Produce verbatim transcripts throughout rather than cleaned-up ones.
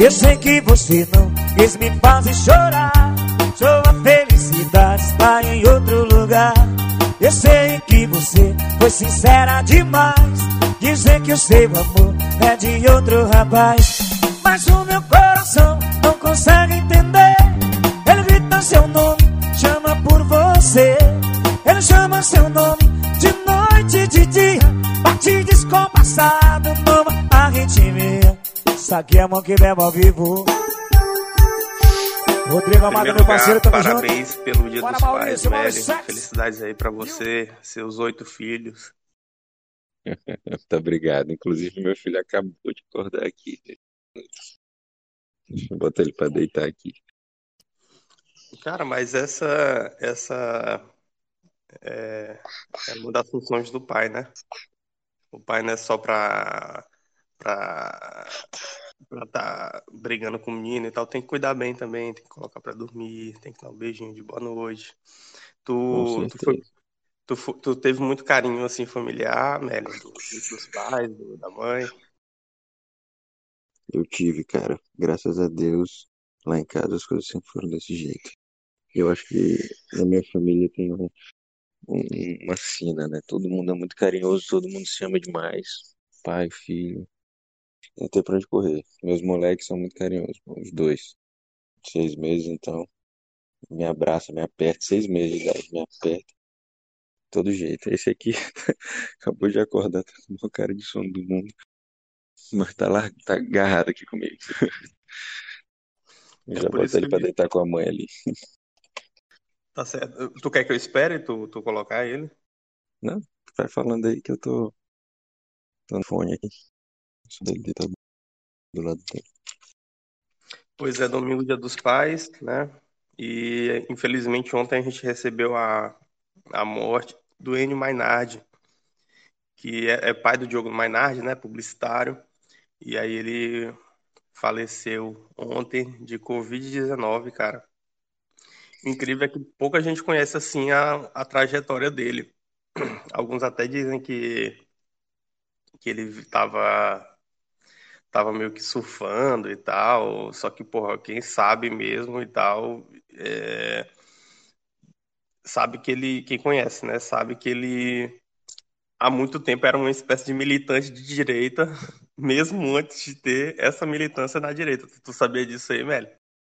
Eu sei que você não quis me fazer chorar. Sua felicidade está em outro lugar. Eu sei que você foi sincera demais, dizer que o seu amor é de outro rapaz. Mas o meu coração não consegue entender. Ele grita seu nome, chama por você. Ele chama seu nome de noite e de dia, bate descompassado numa arritmia. Saque a mão que bebe ao vivo. Rodrigo Amado, meu parceiro, tamo junto. Parabéns pelo Dia Bora, dos Pais, Maurício, Meli. Maurício. Felicidades aí pra você, seus oito filhos. Muito obrigado. Inclusive, meu filho acabou de acordar aqui. Deixa eu botar ele pra deitar aqui. Cara, mas essa, essa é, é uma das funções do pai, né? O pai não é só pra, pra, pra tá brigando com o menino e tal, tem que cuidar bem também, tem que colocar pra dormir, tem que dar um beijinho de boa noite. Com Tu, tu, foi, certeza. tu, fo- tu teve muito carinho, assim, familiar, Meli, do- dos pais, do- da mãe? Eu tive, cara. Graças a Deus, lá em casa as coisas sempre foram desse jeito. Eu acho que na minha família tem um, um- uma sina, né? Todo mundo é muito carinhoso, todo mundo se ama demais. Pai, filho. Não tem pra onde correr. Meus moleques são muito carinhosos, os dois. Seis meses, então. Me abraça, me aperta. Seis meses de idade, me aperta. De todo jeito. Esse aqui acabou de acordar, tá com a maior cara de sono do mundo. Mas tá lá, tá agarrado aqui comigo. É Já por isso botei que ele eu, pra deitar com a mãe ali. tá certo. Tu quer que eu espere tu, tu colocar ele? Não, vai falando aí que eu tô, tô no fone aqui. Deixa ele deitar do lado dele. Pois é, domingo, Dia dos Pais, né? E infelizmente ontem a gente recebeu a, a morte do Enio Mainardi, que é, é pai do Diogo Mainardi, né? Publicitário. E aí ele faleceu ontem de covid dezenove, cara. Incrível é que pouca gente conhece assim a, a trajetória dele. Alguns até dizem que, que ele estava tava meio que surfando e tal, só que, porra, quem sabe mesmo e tal, é, sabe que ele, quem conhece, né, sabe que ele há muito tempo era uma espécie de militante de direita, mesmo antes de ter essa militância na direita. Tu sabia disso aí, Meli?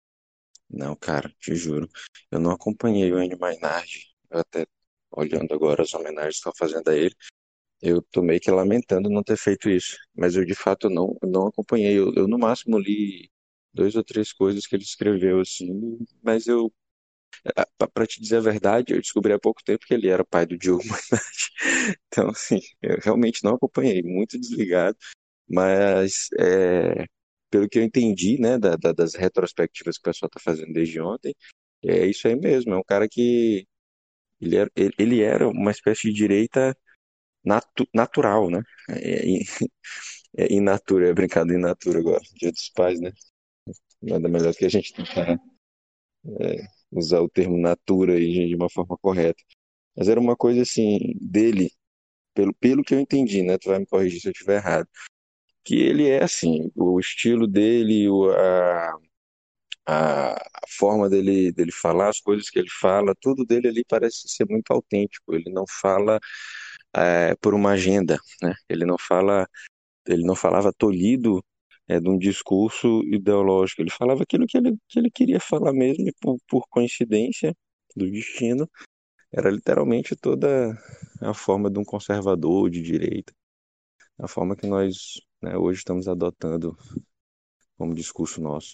Não, cara, te juro. Eu não acompanhei o Enio Mainardi. Eu até, olhando agora as homenagens que estão fazendo a ele, eu tô meio que lamentando não ter feito isso. Mas eu, de fato, não, não acompanhei. Eu, eu, no máximo, li dois ou três coisas que ele escreveu, assim, mas eu, para te dizer a verdade, eu descobri há pouco tempo que ele era pai do Diogo Mainardi. Então, assim, eu realmente não acompanhei, muito desligado. Mas, é, pelo que eu entendi, né, da, da- das retrospectivas que o pessoal está fazendo desde ontem, é isso aí mesmo. É um cara que ele era, ele, ele era uma espécie de direita natu, natural, né? É, in, é in natura, é brincado in natura agora, Dia dos Pais, né? Nada melhor que a gente tentar é, usar o termo natura aí de uma forma correta. Mas era uma coisa assim dele, pelo, pelo que eu entendi, né? Tu vai me corrigir se eu estiver errado. Que ele é assim, o estilo dele, o, a, a, a forma dele, dele falar, as coisas que ele fala, tudo dele ali parece ser muito autêntico. Ele não fala é, por uma agenda, né? Ele não fala, ele não falava tolhido é, de um discurso ideológico. Ele falava aquilo que ele, que ele queria falar mesmo, e por, por coincidência do destino, era literalmente toda a forma de um conservador de direita, a forma que nós, né, hoje estamos adotando como discurso nosso.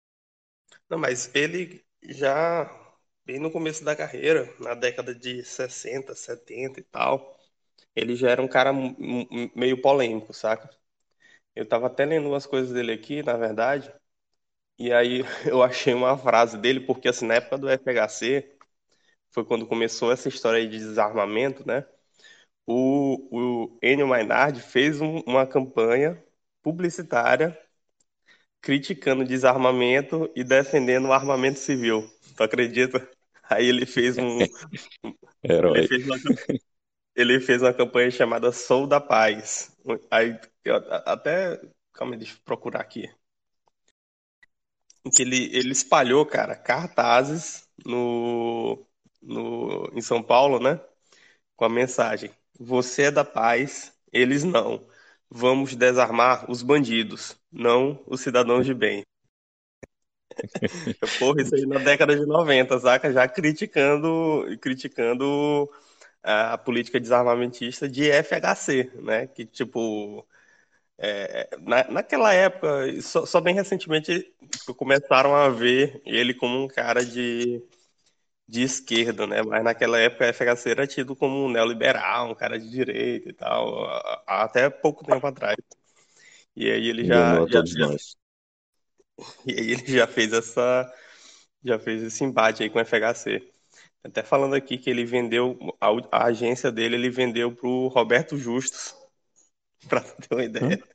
Não, mas ele já, bem no começo da carreira, na década de sessenta, setenta e tal, ele já era um cara m- m- meio polêmico, saca? Eu tava até lendo umas coisas dele aqui, na verdade, e aí eu achei uma frase dele, porque assim, na época do F H C, foi quando começou essa história aí de desarmamento, né? O, o Enio Mainardi fez um- uma campanha publicitária criticando o desarmamento e defendendo o armamento civil. Tu acredita? Aí ele fez um, ele Herói. fez uma, ele fez uma campanha chamada Sou da Paz. Aí eu a- até, calma, aí, deixa eu procurar aqui. em que ele, ele espalhou, cara, cartazes no, no, em São Paulo, né? Com a mensagem: Você é da paz, eles não. Vamos desarmar os bandidos, não os cidadãos de bem. Porra, isso aí na década de noventa, saca? Já criticando, criticando a política desarmamentista de F H C, né? Que, tipo, é, na, naquela época, só, só bem recentemente, tipo, começaram a ver ele como um cara de, de esquerda, né? Mas naquela época a F H C era tido como um neoliberal, um cara de direita e tal, a- a- até pouco tempo atrás. E aí ele já, Enganou a já, todos nós. e aí ele já fez essa, já fez esse embate aí com o F H C. Até falando aqui que ele vendeu, a, a agência dele, ele vendeu pro Roberto Justus, pra ter uma Hã? ideia.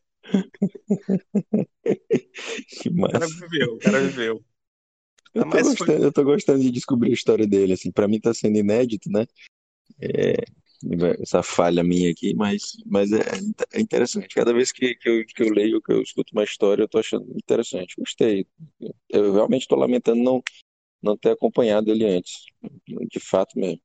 Que O cara massa. viveu, o cara viveu. Eu Ah, tô mas foi. gostando, eu tô gostando de descobrir a história dele, assim, para mim tá sendo inédito, né? É, essa falha minha aqui, mas, mas é, é interessante. Cada vez que, que, eu, que eu leio, que eu escuto uma história, eu tô achando interessante. Gostei. Eu realmente estou lamentando não, não ter acompanhado ele antes, de fato mesmo.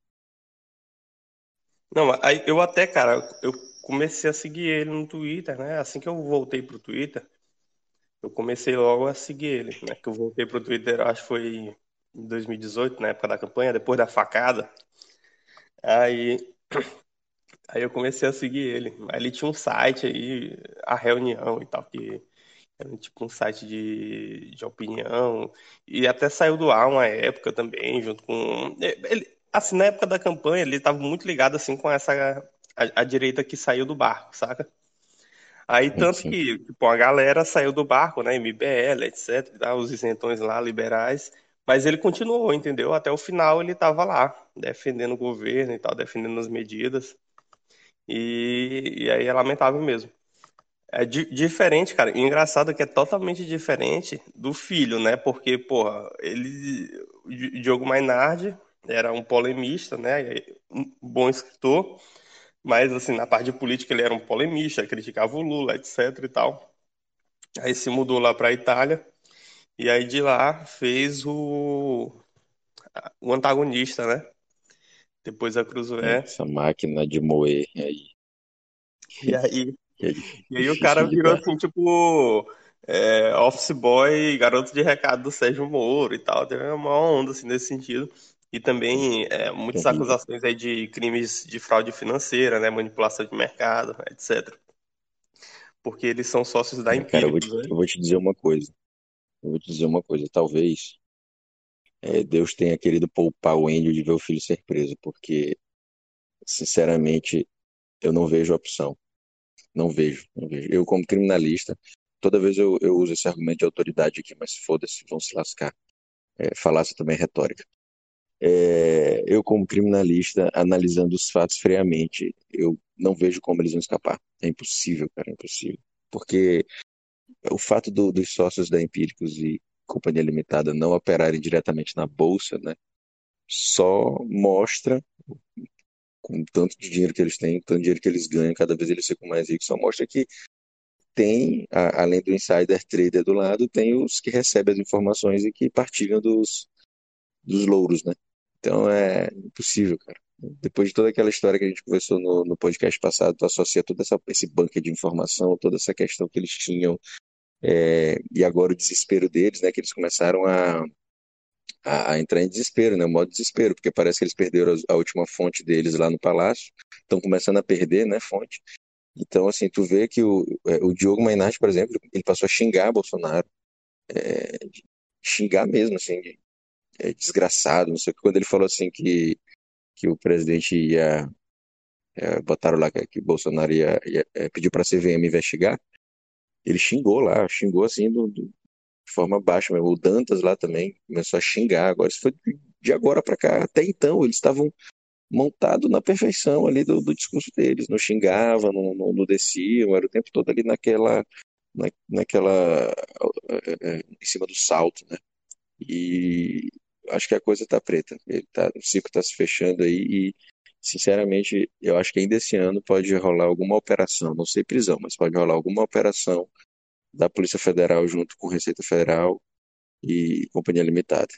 Não, aí eu até, cara, eu comecei a seguir ele no Twitter, né? Assim que eu voltei pro Twitter, eu comecei logo a seguir ele, né? Que eu voltei pro Twitter, acho que foi em dois mil e dezoito, na época da campanha, depois da facada. Aí, aí eu comecei a seguir ele. Aí ele tinha um site aí, a reunião e tal, que era tipo um site de, de opinião. E até saiu do ar uma época também, junto com. Ele, assim, na época da campanha, ele estava muito ligado assim com essa. A, a direita que saiu do barco, saca? Aí, tanto Sim, que, tipo, a galera saiu do barco, né? M B L, etc, tá, os isentões lá, liberais. Mas ele continuou, entendeu? Até o final ele estava lá, defendendo o governo e tal, defendendo as medidas. E, e aí é lamentável mesmo. É di- diferente, cara. E engraçado que é totalmente diferente do filho, né? Porque, porra, ele, o Di- Diogo Mainardi era um polemista, né? Um bom escritor, mas, assim, na parte de política ele era um polemista, criticava o Lula, etc e tal. Aí se mudou lá pra Itália e aí de lá fez o, o antagonista, né? Depois a Cruzoé. essa máquina de moer aí, E aí que é dif- E aí o difícil cara de virou lidar. assim, tipo, é, office boy, garoto de recado do Sérgio Moro e tal. Teve uma onda assim nesse sentido. E também é, muitas Terrível. acusações aí de crimes de fraude financeira, né? Manipulação de mercado, etcétera. Porque eles são sócios da É, cara, eu vou Empíricos, te, né? eu vou te dizer uma coisa. Eu vou te dizer uma coisa. Talvez é, Deus tenha querido poupar o Índio de ver o filho ser preso, porque, sinceramente, eu não vejo opção. Não vejo, não vejo. Eu, como criminalista, toda vez eu, eu uso esse argumento de autoridade aqui, mas foda-se, vão se lascar. É, falácia também é retórica. É, eu, como criminalista, analisando os fatos friamente, eu não vejo como eles vão escapar. É impossível, cara, é impossível. Porque o fato do- dos sócios da Empíricos e Companhia Limitada não operarem diretamente na bolsa, né, só mostra, com o tanto de dinheiro que eles têm, o tanto de dinheiro que eles ganham, cada vez eles ficam mais ricos, só mostra que tem, a- além do insider trader do lado, tem os que recebem as informações e que partilham dos, dos louros, né? Então é impossível, cara. Depois de toda aquela história que a gente conversou no, no podcast passado, tu associa todo essa, esse bunker de informação, toda essa questão que eles tinham, é, e agora o desespero deles, né? Que eles começaram a, a, a entrar em desespero, né? O modo desespero, porque parece que eles perderam a, a última fonte deles lá no palácio, estão começando a perder, né, fonte. Então, assim, tu vê que o, é, o Diogo Mainardi, por exemplo, ele passou a xingar Bolsonaro, é, xingar mesmo, assim, de- é, desgraçado, não sei o que, quando ele falou assim que, que o presidente ia, é, botaram lá que, que o Bolsonaro ia, ia é, pediu para a C V M investigar, ele xingou lá, xingou assim do, do- de forma baixa, mesmo. O Dantas lá também começou a xingar, agora isso foi de de agora para cá, até então eles estavam montados na perfeição ali do, do discurso deles, não xingavam, não, não, não desciam, era o tempo todo ali naquela na, naquela é, é, em cima do salto, né? E acho que a coisa tá preta. Ele tá, o circo tá se fechando aí e, sinceramente, eu acho que ainda esse ano pode rolar alguma operação, não sei prisão, mas pode rolar alguma operação da Polícia Federal junto com a Receita Federal e Companhia Limitada.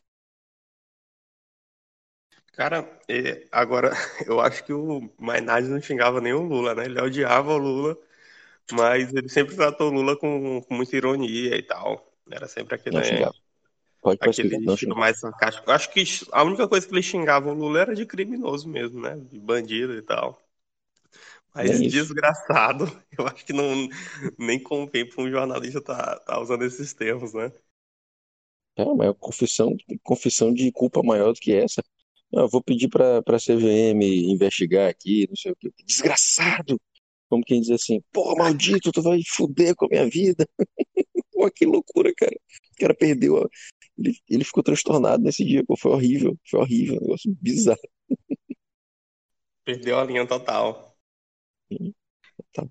Cara, é, agora eu acho que o Mainardi não xingava nem o Lula, né? Ele odiava o Lula, mas ele sempre tratou o Lula com, com muita ironia e tal. Era sempre Não aquele, xingava. Pode pesquisar, aquele não estilo xingava. mais sarcástico. Eu acho que a única coisa que ele xingava o Lula era de criminoso mesmo, né? De bandido e tal. Nem Mas isso. desgraçado, eu acho que não nem convém para um jornalista tá, tá usando esses termos, né? É, mas é confissão, confissão de culpa maior do que essa. Não, eu vou pedir para para a C V M investigar aqui, não sei o quê. Desgraçado! Como quem diz assim, porra, maldito, tu vai fuder com a minha vida. Pô, que loucura, cara. O cara perdeu. a- Ele, ele ficou transtornado nesse dia, pô. Foi horrível, foi horrível, um negócio bizarro. Perdeu a linha total. Tá.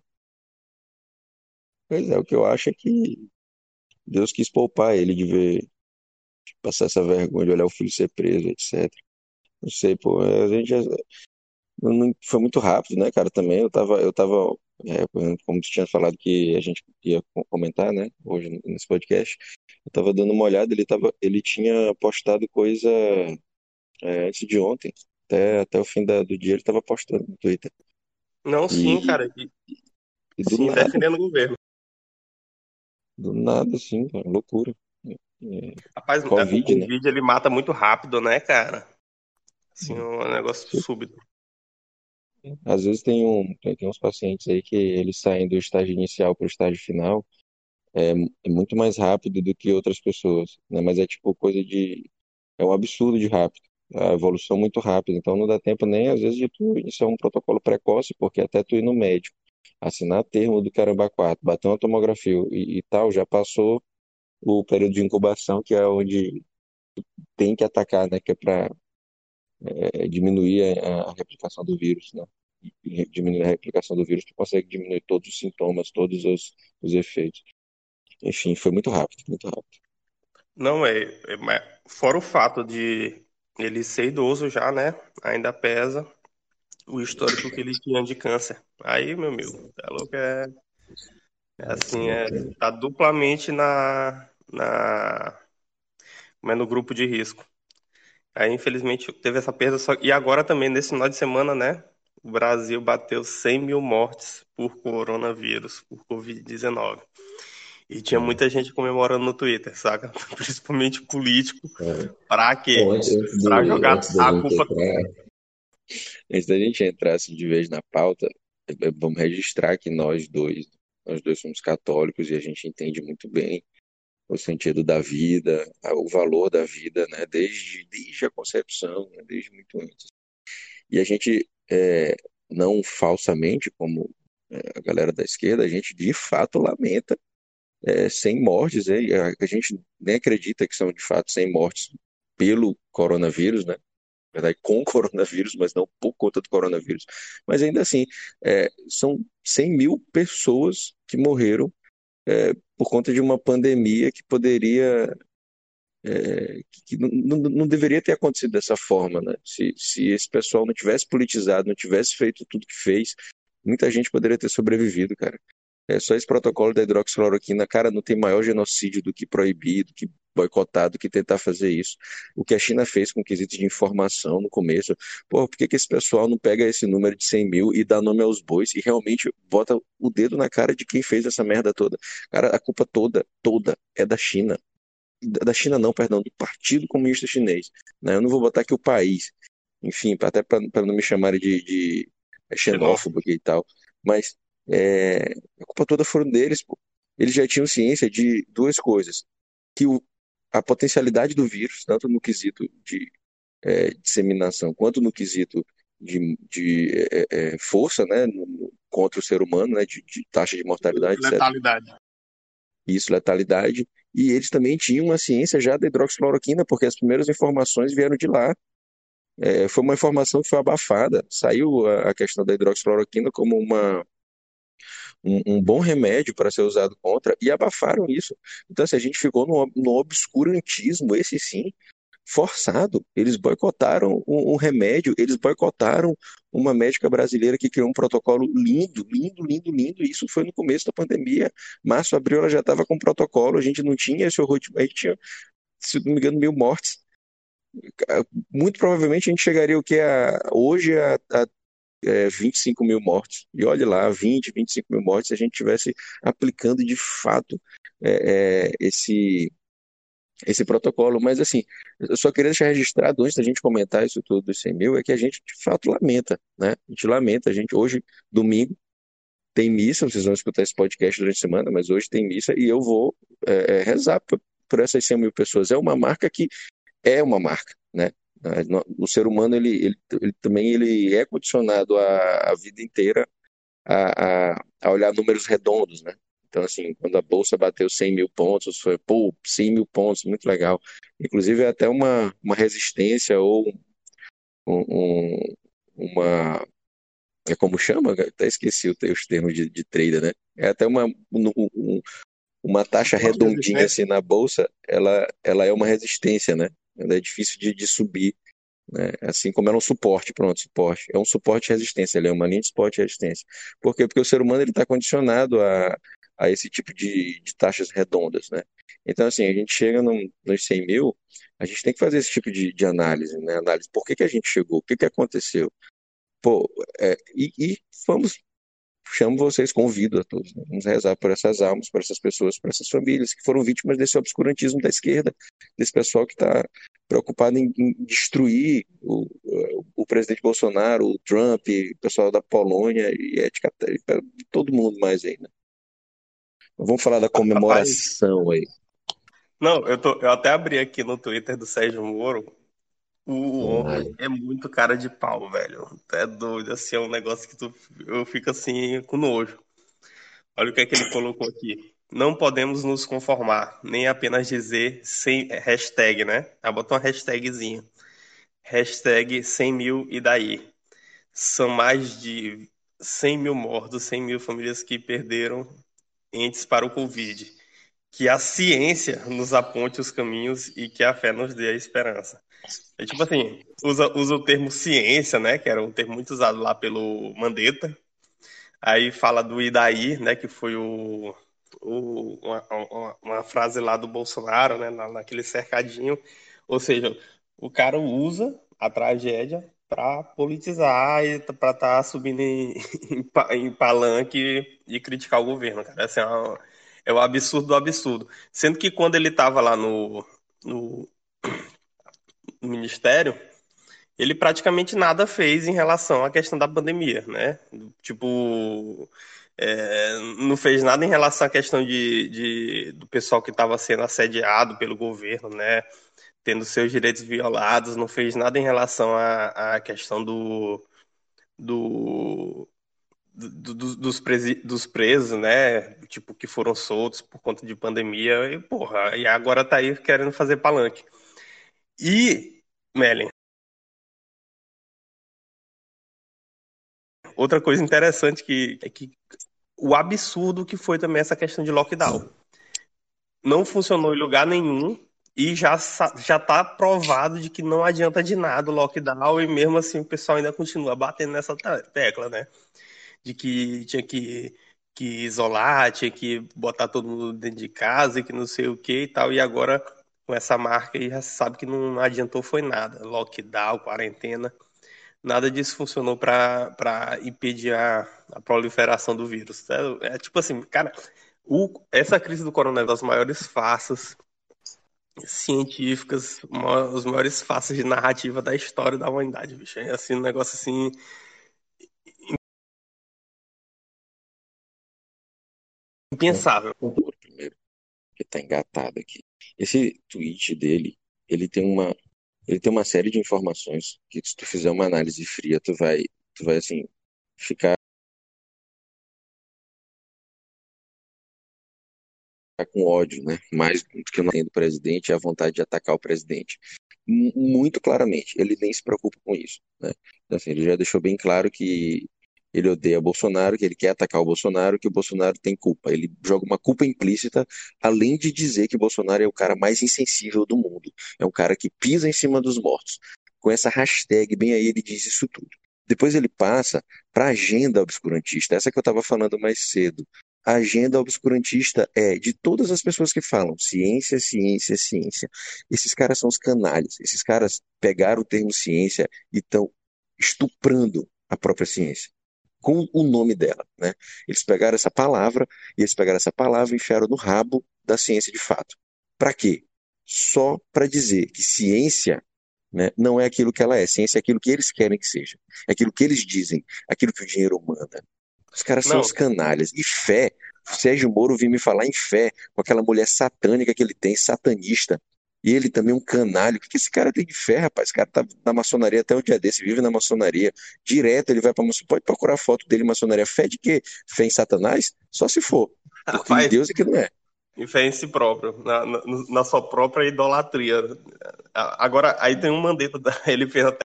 Pois é, o que eu acho é que Deus quis poupar ele de ver, passar essa vergonha de olhar o filho ser preso, etcétera. Não sei, pô, a gente já, não- não- foi muito rápido, né, cara, também. Eu tava, eu tava, é, como tu tinha falado que a gente ia co- comentar, né, hoje nesse podcast, eu tava dando uma olhada, ele tava, ele tinha postado coisa, é, antes de ontem, até, até o fim da- do dia ele tava postando no Twitter. Não, sim, E, cara. E, e do sim, nada, defendendo o governo. do nada, assim, cara, loucura. É, Rapaz, é, o Covid, né? Covid ele mata muito rápido, né, cara? Assim, é um negócio súbito. Às vezes tem, um, tem, tem uns pacientes aí que eles saem do estágio inicial para o estágio final é, é muito mais rápido do que outras pessoas, né? Mas é tipo coisa de... É um absurdo de rápido. A evolução é muito rápida, então não dá tempo nem às vezes de tu iniciar um protocolo precoce, porque até tu ir no médico, assinar termo do caramba quatro, bater uma tomografia e, e tal, já passou o período de incubação, que é onde tem que atacar, né? Que é para diminuir a, a replicação do vírus, né? E diminuir a replicação do vírus, tu consegue diminuir todos os sintomas, todos os, os efeitos. Enfim, foi muito rápido, muito rápido. Não é, é, mas fora o fato de ele ser idoso já, né? Ainda pesa o histórico que ele tinha de câncer. Aí, meu amigo, tá louco? É, é assim, é, tá duplamente na, na, como é, no grupo de risco. Aí, infelizmente, teve essa perda. Só... E agora também, nesse final de semana, né? O Brasil bateu cem mil mortes por coronavírus, por covid dezenove. E tinha É, muita gente comemorando no Twitter, saca? Principalmente político. é. Pra Bom, quê? antes, antes, Pra de, jogar antes da a gente culpa. entrar, antes da gente entrar assim, de vez na pauta, é, é, vamos registrar que nós dois, nós dois somos católicos e a gente entende muito bem o sentido da vida, a- o valor da vida, né? Desde, desde a concepção, né? Desde muito antes. E a gente, é, não falsamente, como é, a galera da esquerda, a gente de fato lamenta é, cem mortes. É, a, a gente nem acredita que são de fato cem mortes pelo coronavírus, né? Na verdade, com o coronavírus, mas não por conta do coronavírus. Mas ainda assim, é, são cem mil pessoas que morreram é, por conta de uma pandemia que poderia é, que não, não, não deveria ter acontecido dessa forma, né? Se, se esse pessoal não tivesse politizado, não tivesse feito tudo que fez, muita gente poderia ter sobrevivido, cara. É só esse protocolo da hidroxicloroquina, cara, não tem maior genocídio do que proibir, do que boicotar, do que tentar fazer isso. O que a China fez com quesitos de informação no começo, pô, por que que esse pessoal não pega esse número de cem mil e dá nome aos bois e realmente bota o dedo na cara de quem fez essa merda toda? Cara, a culpa toda, toda é da China. Da China não, perdão, do Partido Comunista Chinês. Né? Eu não vou botar aqui o país, enfim, até para não me chamarem de, de xenófobo aqui e tal, mas é, a culpa toda foram deles, pô. Eles já tinham ciência de duas coisas, que o, a potencialidade do vírus, tanto no quesito de é, disseminação, quanto no quesito de, de é, é, força, né, no, contra o ser humano, né, de, de taxa de mortalidade, etcétera. Letalidade. Isso, letalidade. E eles também tinham uma ciência já da hidroxicloroquina, porque as primeiras informações vieram de lá. É, foi uma informação que foi abafada. Saiu a, a questão da hidroxicloroquina como uma, um, um bom remédio para ser usado contra, e abafaram isso. Então, assim, a gente ficou no, no obscurantismo, esse sim, forçado. Eles boicotaram um, um remédio, eles boicotaram uma médica brasileira que criou um protocolo lindo, lindo, lindo, lindo. Isso foi no começo da pandemia. Março, abril, ela já estava com protocolo, a gente não tinha esse horror, de- a gente tinha se não me engano, mil mortes. Muito provavelmente a gente chegaria o que a, hoje a, a é, vinte e cinco mil mortes. E olhe lá, vinte, vinte e cinco mil mortes se a gente tivesse aplicando de fato é, é, esse, esse protocolo. Mas assim, eu só queria deixar registrado, antes da gente comentar isso tudo dos cem mil, é que a gente de fato lamenta, né? A gente lamenta, a gente hoje, domingo, tem missa, vocês vão escutar esse podcast durante a semana, mas hoje tem missa e eu vou é, é, rezar por, por essas cem mil pessoas. É uma marca que é uma marca, né? O ser humano, ele, ele, ele também ele é condicionado a, a vida inteira a, a, a olhar números redondos, né? Então, assim, quando a Bolsa bateu cem mil pontos, foi, pô, cem mil pontos, muito legal. Inclusive, é até uma, uma resistência ou um, um- uma... É como chama? Até esqueci o- os termos de, de trader, né? É até uma, um- um- uma taxa Suporte e redondinha resistência. assim na Bolsa, ela, ela é uma resistência, né? Ela é difícil de, de subir, né? Assim como ela é um suporte, pronto, suporte. É um suporte e resistência, ele é uma linha de suporte e resistência. Por quê? Porque o ser humano ele está condicionado a, a esse tipo de, de taxas redondas, né? Então, assim, a gente chega num, nos cem mil, a gente tem que fazer esse tipo de, de análise, né? Análise, por que que a gente chegou? O que que aconteceu? Pô, é, e, e vamos, chamo vocês, convido a todos, né? Vamos rezar por essas almas, por essas pessoas, por essas famílias que foram vítimas desse obscurantismo da esquerda, desse pessoal que está preocupado em, em destruir o, o presidente Bolsonaro, o Trump, o pessoal da Polônia e ética, e todo mundo mais aí, né? Vamos falar da Rapaz, comemoração aí. não, eu, tô, eu até abri aqui no Twitter do Sérgio Moro. O Ai, homem é muito cara de pau, velho. É doido, assim, é um negócio que tu, eu fico assim com nojo. Olha o que é que ele colocou aqui. Não podemos nos conformar, nem apenas dizer sem hashtag, né? Ah, botou uma hashtagzinha. Hashtag cem mil e daí. São mais de cem mil mortos, cem mil famílias que perderam entes para o Covid. Que a ciência nos aponte os caminhos e que a fé nos dê a esperança. É tipo assim, usa, usa o termo ciência, né? Que era um termo muito usado lá pelo Mandetta. Aí fala do e daí, né? Que foi o, o, uma, uma, uma frase lá do Bolsonaro, né? Na, naquele cercadinho. Ou seja, o cara usa a tragédia para politizar e para estar tá subindo em, em, pa- em palanque e criticar o governo, cara. Assim, é, uma- é o absurdo do absurdo. Sendo que quando ele estava lá no, no ministério, ele praticamente nada fez em relação à questão da pandemia, né? Tipo, é, não fez nada em relação à questão de, de- do pessoal que estava sendo assediado pelo governo, né? Tendo seus direitos violados, não fez nada em relação à, à questão do, do, do- do- dos, presi- dos presos, né? Tipo, que foram soltos por conta de pandemia, e porra, e agora tá aí querendo fazer palanque. E, Meli, outra coisa interessante que é que o absurdo que foi também essa questão de lockdown. Não funcionou em lugar nenhum e já sa- já está provado de que não adianta de nada o lockdown e mesmo assim o pessoal ainda continua batendo nessa te- tecla, né? De que tinha que, que isolar, tinha que botar todo mundo dentro de casa e que não sei o que e tal. E agora com essa marca aí já se sabe que não adiantou foi nada. Lockdown, quarentena. Nada disso funcionou para para impedir a, a proliferação do vírus. É, é tipo assim, cara, o, essa crise do coronavírus é uma das maiores farsas científicas, uma, os maiores farsas de narrativa da história da humanidade, bicho. É assim, um negócio assim impensável. concordo primeiro, que tá engatado aqui. Esse tweet dele, ele tem uma, ele tem uma série de informações que se tu fizer uma análise fria, tu vai, tu vai assim, ficar com ódio, né? Mais do que não tem do presidente, é a vontade de atacar o presidente. M- Muito claramente, ele nem se preocupa com isso, né? Então, assim, ele já deixou bem claro que ele odeia Bolsonaro, que ele quer atacar o Bolsonaro, que o Bolsonaro tem culpa. Ele joga uma culpa implícita, além de dizer que Bolsonaro é o cara mais insensível do mundo. É um cara que pisa em cima dos mortos. Com essa hashtag, bem aí, ele diz isso tudo. Depois ele passa para a agenda obscurantista, essa que eu estava falando mais cedo. A agenda obscurantista é de todas as pessoas que falam ciência, ciência, ciência. Esses caras são os canalhas. Esses caras pegaram o termo ciência e estão estuprando a própria ciência com o nome dela, né? Eles pegaram essa palavra e eles pegaram essa palavra e enfiaram no rabo da ciência de fato. Para quê? Só para dizer que ciência, né, não é aquilo que ela é. Ciência é aquilo que eles querem que seja. É aquilo que eles dizem, aquilo que o dinheiro manda. Os caras são Não, os canalhas. E fé. Sérgio Moro vinha me falar em fé, com aquela mulher satânica que ele tem, satanista. E ele também é um canalho. O que que esse cara tem de fé, rapaz? Esse cara tá na maçonaria até o dia desse, vive na maçonaria. Direto ele vai pra maçonaria. Pode procurar foto dele em maçonaria. Fé de quê? Fé em Satanás? Só se for. Porque em rapaz, Deus é que não é. e fé em si próprio, na, na, na sua própria idolatria. A- Agora, aí tem um Mandetta, da- ele fez até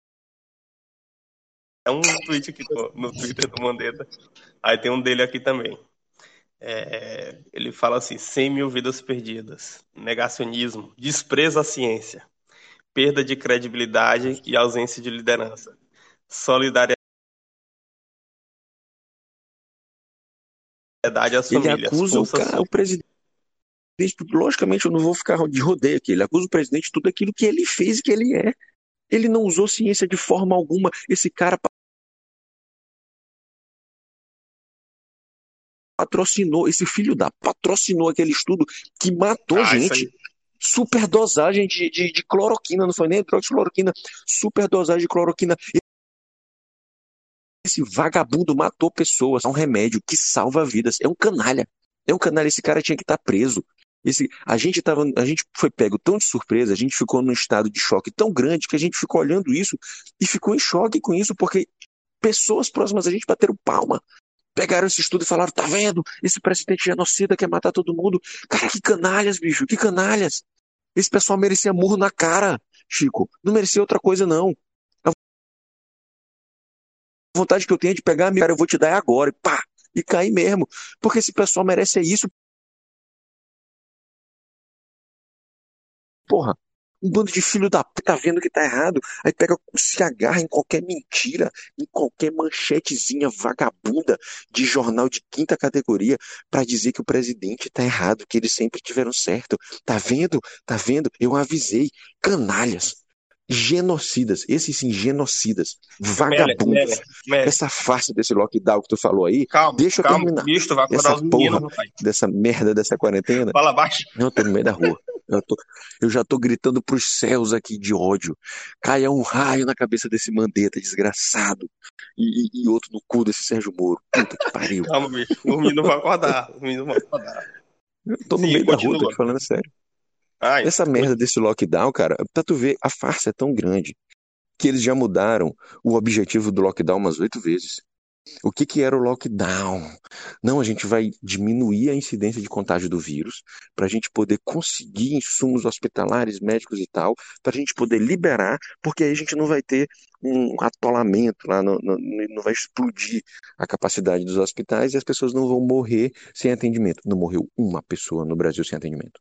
um tweet aqui no, no Twitter do Mandetta, aí tem um dele aqui também. É, ele fala assim: cem mil vidas perdidas, negacionismo, desprezo à ciência, perda de credibilidade e ausência de liderança, solidariedade às Ele famílias, acusa o, força cara, o social. presidente. Logicamente, eu não vou ficar de rodeio aqui. Ele acusa o presidente de tudo aquilo que ele fez e que ele é. Ele não usou ciência de forma alguma. Esse cara patrocinou, esse filho da patrocinou aquele estudo que matou Ah, isso gente. aí. Superdosagem de, de, de cloroquina, não foi nem hidroxicloroquina, superdosagem de cloroquina. Esse vagabundo matou pessoas. É um remédio que salva vidas. É um canalha. É um canalha. Esse cara tinha que estar preso. Esse, a gente tava, a gente foi pego tão de surpresa, a gente ficou num estado de choque tão grande que a gente ficou olhando isso e ficou em choque com isso, porque pessoas próximas a gente bateram palma. Pegaram esse estudo e falaram: tá vendo? Esse presidente genocida quer matar todo mundo. Cara, que canalhas, bicho, que canalhas. Esse pessoal merecia murro na cara, Chico. Não merecia outra coisa, não. A vontade que eu tenho é de pegar, meu cara, eu vou te dar é agora, e pá, e cair mesmo. Porque esse pessoal merece é isso, porra. Um bando de filho da puta tá vendo que tá errado, aí pega, se agarra em qualquer mentira, em qualquer manchetezinha vagabunda de jornal de quinta categoria pra dizer que o presidente tá errado, que eles sempre tiveram certo. Tá vendo? Tá vendo? Eu avisei. Canalhas. Genocidas. Esses sim, genocidas. Meller, Vagabundos. Meller, Meller. Essa farsa desse lockdown que tu falou aí, Calma, deixa eu calma, terminar. bicho, tu vai acordar Essa os meninos, porra rapaz. dessa merda dessa quarentena. Fala baixo. Não, eu tô no meio da rua. Eu, tô- eu já tô gritando pros céus aqui de ódio. Caia um raio na cabeça desse Mandetta, desgraçado. E, e- e outro no cu desse Sérgio Moro. Puta que pariu. Calma, bicho. Os meninos vão acordar. Os meninos vão acordar. Eu tô no Sim, meio da rua, tô continua. te falando sério. Ai, Essa merda desse lockdown, cara, pra tu ver, a farsa é tão grande que eles já mudaram o objetivo do lockdown umas oito vezes. O que que era o lockdown? Não, a gente vai diminuir a incidência de contágio do vírus para a gente poder conseguir insumos hospitalares, médicos e tal, para a gente poder liberar, porque aí a gente não vai ter um atolamento lá, não, não, não vai explodir a capacidade dos hospitais e as pessoas não vão morrer sem atendimento. Não morreu uma pessoa no Brasil sem atendimento.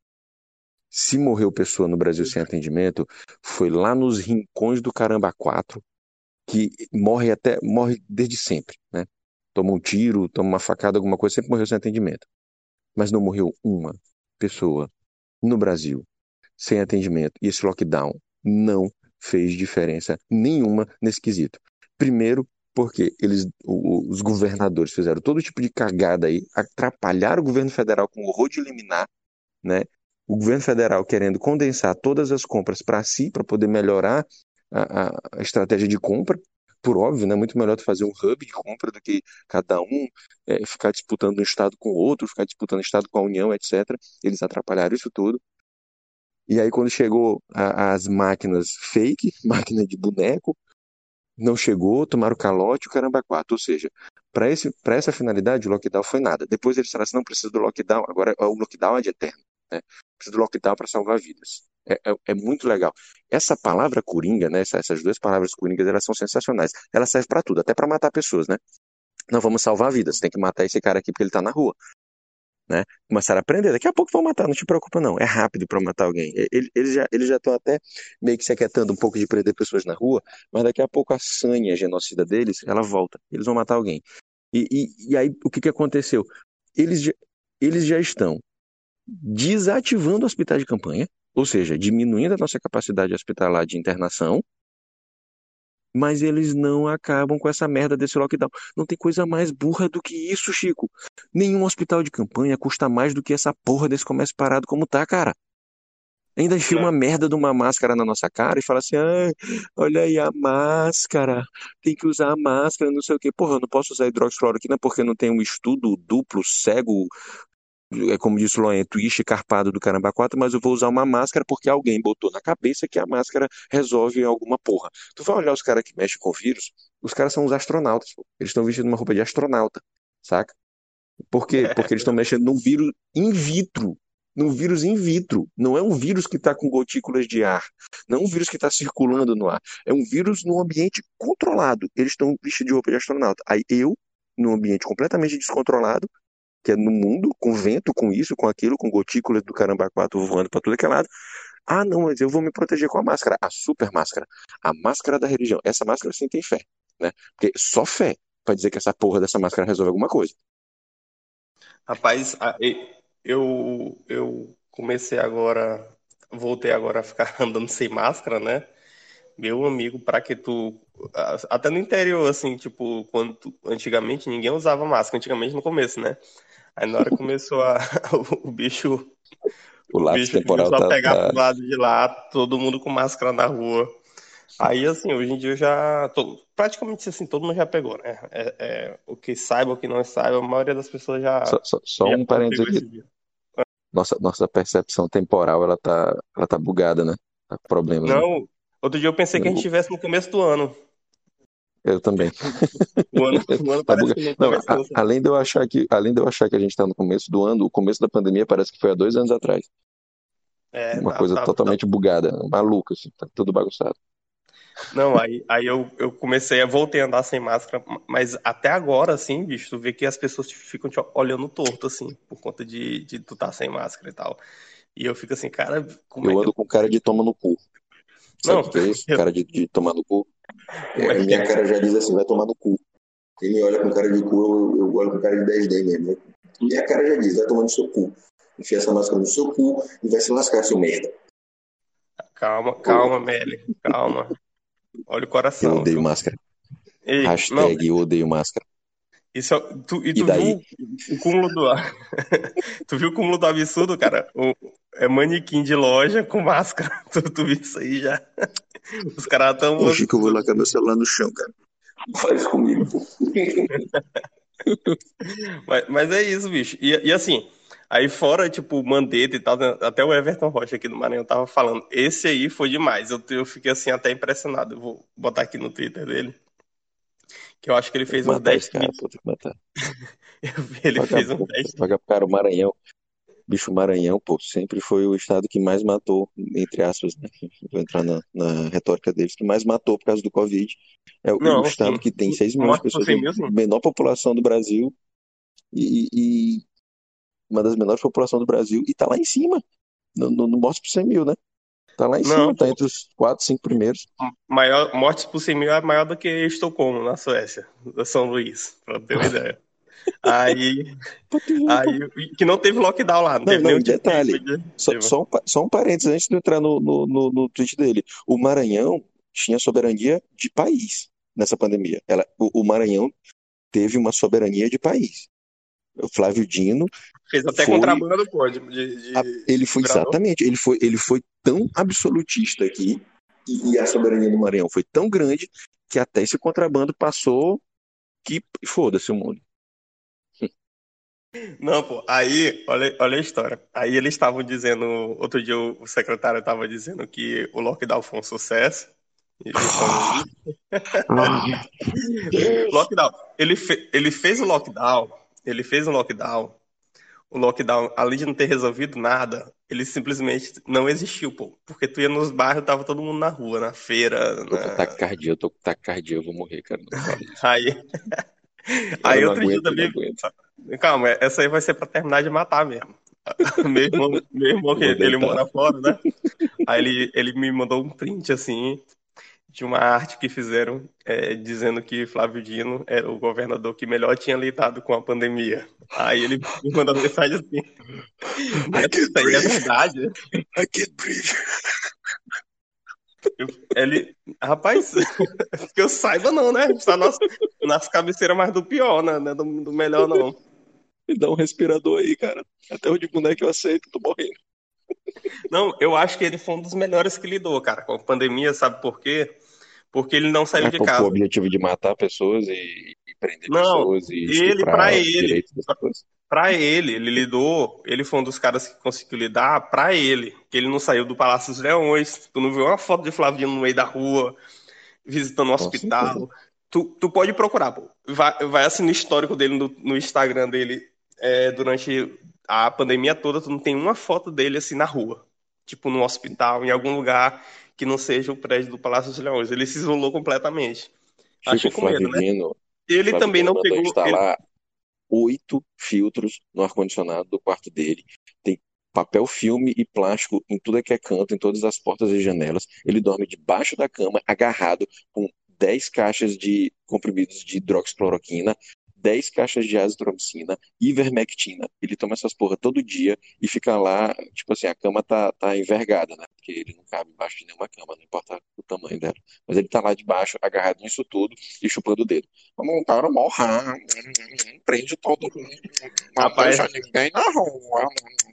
Se morreu pessoa no Brasil sem atendimento, foi lá nos rincões do Caramba quatro, que morre até morre desde sempre, né? Toma um tiro, toma uma facada, alguma coisa, sempre morreu sem atendimento. Mas não morreu uma pessoa no Brasil sem atendimento. E esse lockdown não fez diferença nenhuma nesse quesito. Primeiro, porque eles, o- os governadores fizeram todo tipo de cagada aí, atrapalharam o governo federal com horror de liminar, né? O governo federal querendo condensar todas as compras para si, para poder melhorar a, a- a estratégia de compra, por óbvio, né? Muito melhor tu fazer um hub de compra do que cada um é, ficar disputando um estado com o outro, ficar disputando o estado com a União, etcétera. Eles atrapalharam isso tudo. E aí, quando chegou a- as máquinas fake, máquina de boneco, não chegou, tomaram calote, o caramba quatro. Ou seja, para esse, para essa finalidade, o lockdown foi nada. Depois eles falaram assim: não precisa do lockdown, agora o lockdown é de eterno, né? Precisa do lockdown para salvar vidas. É, é, é muito legal. Essa palavra coringa, né? essa- Essas duas palavras coringas, elas são sensacionais. Ela serve para tudo, até para matar pessoas, né? Não vamos salvar vidas, tem que matar esse cara aqui porque ele tá na rua, né? Começaram a prender, daqui a pouco vão matar, não te preocupa não, é rápido para matar alguém. E- ele- Eles já eles já estão até meio que se aquietando um pouco de prender pessoas na rua, mas daqui a pouco a sanha genocida deles, ela volta, eles vão matar alguém. E, e, e aí, o que que aconteceu? eles já, eles já estão desativando hospitais de campanha, ou seja, diminuindo a nossa capacidade hospitalar de internação, mas eles não acabam com essa merda desse lockdown. Não tem coisa mais burra do que isso, Chico. Nenhum hospital de campanha custa mais do que essa porra desse comércio parado como tá, cara. Ainda enfia uma merda de uma máscara na nossa cara e fala assim, ah, olha aí a máscara, tem que usar a máscara, não sei o quê. Porra, eu não posso usar hidroxicloroquina porque não tem um estudo duplo, cego, é como disse o Loen, twist carpado do caramba quatro, mas eu vou usar uma máscara porque alguém botou na cabeça que a máscara resolve alguma porra. Tu vai olhar os caras que mexem com vírus, os caras são os astronautas, pô. Eles estão vestindo uma roupa de astronauta, saca? Por quê? Porque eles estão mexendo num vírus in vitro, num vírus in vitro. Não é um vírus que está com gotículas de ar, não é um vírus que está circulando no ar, é um vírus num ambiente controlado. Eles estão vestidos de roupa de astronauta. Aí eu, num ambiente completamente descontrolado, que é no mundo, com vento, com isso, com aquilo, com gotículas do caramba quatro voando para tudo que é lado. Ah, não, mas eu vou me proteger com a máscara, a super máscara, a máscara da religião. Essa máscara sim tem fé, né? Porque só fé para dizer que essa porra dessa máscara resolve alguma coisa. Rapaz, a- e- eu, eu comecei agora, voltei agora a ficar andando sem máscara, né? Meu amigo, pra que tu. a- Até no interior, assim, tipo, quando tu- antigamente ninguém usava máscara, antigamente no começo, né? Aí na hora que começou a, o, o bicho, O o lápis bicho temporal começou a tá, pegar tá... pro lado de lá, todo mundo com máscara na rua. Aí, assim, hoje em dia eu já. Tô, praticamente assim, todo mundo já pegou, né? É, é, o que saiba, o que não saiba, a maioria das pessoas já, Só, só, só já um parênteses pegou aqui. esse dia. Nossa, nossa percepção temporal, ela tá, ela tá bugada, né? Tá com problemas, né? Não, outro dia eu pensei que a gente Eu, estivesse no começo do ano. eu também. O ano, o ano Tá parece buga... que não Não, começou, a- sabe? além de eu achar que, além de eu achar que a gente tá no começo do ano, o começo da pandemia parece que foi há dois anos atrás. É, Uma tá, coisa tá, tá. totalmente bugada, maluca, assim, tá tudo bagunçado. Não, aí, aí eu, eu comecei a voltei a andar sem máscara, mas até agora, assim, bicho, tu vê que as pessoas te- ficam te olhando torto, assim, por conta de, de tu tá sem máscara e tal. E eu fico assim, cara, como é Eu que ando eu. com cara de toma no cu. Sabe Não, o que que é isso? eu- Cara de, de tomar no cu. como É, é a que minha é? cara já diz assim, vai tomar no cu. Quem me olha com cara de cu, eu, eu olho com cara de dez D mesmo. Minha cara já diz, vai tomar no seu cu. Enfia essa máscara no seu cu e vai se lascar, seu merda. Calma, Porra, calma, Meli, calma. Olha o eu coração, odeio viu? máscara. Ei, não, Hashtag eu odeio máscara. isso, é- tu, e E tu viu daí? o, o cúmulo do. Tu viu o cúmulo do absurdo, cara? O, é manequim de loja com máscara. Tu, tu viu isso aí já? Os caras estão. Oxi, que eu vou largar meu celular no chão, cara. Não faz isso comigo, pô. Mas, mas é isso, bicho. E, e assim, aí fora, tipo, Mandetta e tal, né, até o Everton Rocha aqui do Maranhão tava falando. Esse aí foi demais. Eu, eu fiquei assim até impressionado. Eu vou botar aqui no Twitter dele. Que eu acho que ele Tem que fez uns matar dez esse cara, tweets. pô, tem que matar. Eu vi, ele fez uns Vagabundo, dez tweets. vagabundo, cara, o Maranhão, bicho, o Maranhão, pô, sempre foi o estado que mais matou, entre aspas, né? Vou entrar na, na retórica deles, que mais matou por causa do Covid. É o, o Não, sim. estado que tem seis milhões de Morte por pessoas, a cem mil, sim. menor população do Brasil e, e uma das menores populações do Brasil e tá lá em cima, no, no, no morte por cem mil, né? Tá lá em Não, cima, tá pô. entre os quatro, cinco primeiros. Maior, mortes por cem mil é maior do que Estocolmo, na Suécia. São Luís, pra ter uma ideia. Aí, Pra tu ver, pô. aí, que não teve lockdown lá, não Não, teve não, nenhum e tipo de detalhe, medida só, restritiva. só, um, pa- só um parênteses antes de eu entrar no, no, no, no tweet dele. O Maranhão tinha soberania de país nessa pandemia. Ela, o, o Maranhão teve uma soberania de país. O Flávio Dino Fez até foi, contrabando, pô, de, de, a- de ele foi vibrador. exatamente, ele foi, ele foi tão absolutista aqui e, e a soberania do Maranhão foi tão grande que até esse contrabando passou que foda-se o mundo. Não, pô, aí, olha, olha a história. Aí eles estavam dizendo, outro dia o o secretário estava dizendo que o lockdown foi um sucesso. E falando isso. Lockdown. Ele, fe, ele fez o lockdown, ele fez o lockdown, o lockdown, além de não ter resolvido nada, ele simplesmente não existiu, pô. Porque tu ia nos bairros, tava todo mundo na rua, na feira, Tô com na... taquicardia, eu tô com taquicardia, eu vou morrer, cara, não fala isso. Aí, Eu aí não outro dia aguento, eu não também. aguento. Calma, essa aí vai ser pra terminar de matar mesmo. Meu irmão, meu irmão Eu que vou ele deitar. mora fora, né? Aí ele, ele me mandou um print assim, de uma arte que fizeram é, dizendo que Flávio Dino era o governador que melhor tinha lidado com a pandemia. Aí ele me mandou uma mensagem assim, I Neto, can't isso aí é breathe. verdade? I can't breathe. Eu- ele, rapaz, que eu saiba não, né? A gente tá nas, nas cabeceiras mais do pior, né? Não é do, do melhor não. Me dá um respirador aí, cara. Até o de boneco eu aceito, tô morrendo. Não, eu acho que ele foi um dos melhores que lidou, cara, com a pandemia, sabe por quê? Porque ele não saiu É de pro, pro casa. objetivo de matar pessoas e, e prender Não, pessoas e ele, pra estuprar os ele, direitos das pessoas. pra ele, ele lidou, ele foi um dos caras que conseguiu lidar pra ele, que ele não saiu do Palácio dos Leões, tu não viu uma foto de Flávio Dino no meio da rua, visitando o Com certeza. hospital. Tu, tu pode procurar, pô. Vai, vai assim no histórico dele, no, no Instagram dele, é, durante a pandemia toda, tu não tem uma foto dele assim na rua. Tipo, no hospital, em algum lugar que não seja o prédio do Palácio dos Leões. Ele se isolou completamente. Acho Chico, que com medo, Flávio né? Dino, Ele Flávio também Dino não mandou pegou. Ele... instalar oito filtros no ar-condicionado do quarto dele. Tem papel filme e plástico em tudo que é canto, em todas as portas e janelas. Ele dorme debaixo da cama, agarrado, com dez caixas de comprimidos de hidroxicloroquina, dez caixas de azitromicina, ivermectina. Ele toma essas porra todo dia e fica lá, tipo assim, a cama tá, tá envergada, né? Porque ele não cabe embaixo de nenhuma cama, não importa o tamanho dela. Mas ele tá lá debaixo, agarrado nisso tudo e chupando o dedo. Vamos, cara, morra. Prende todo mundo. Não Rapaz, deixa ninguém na rua.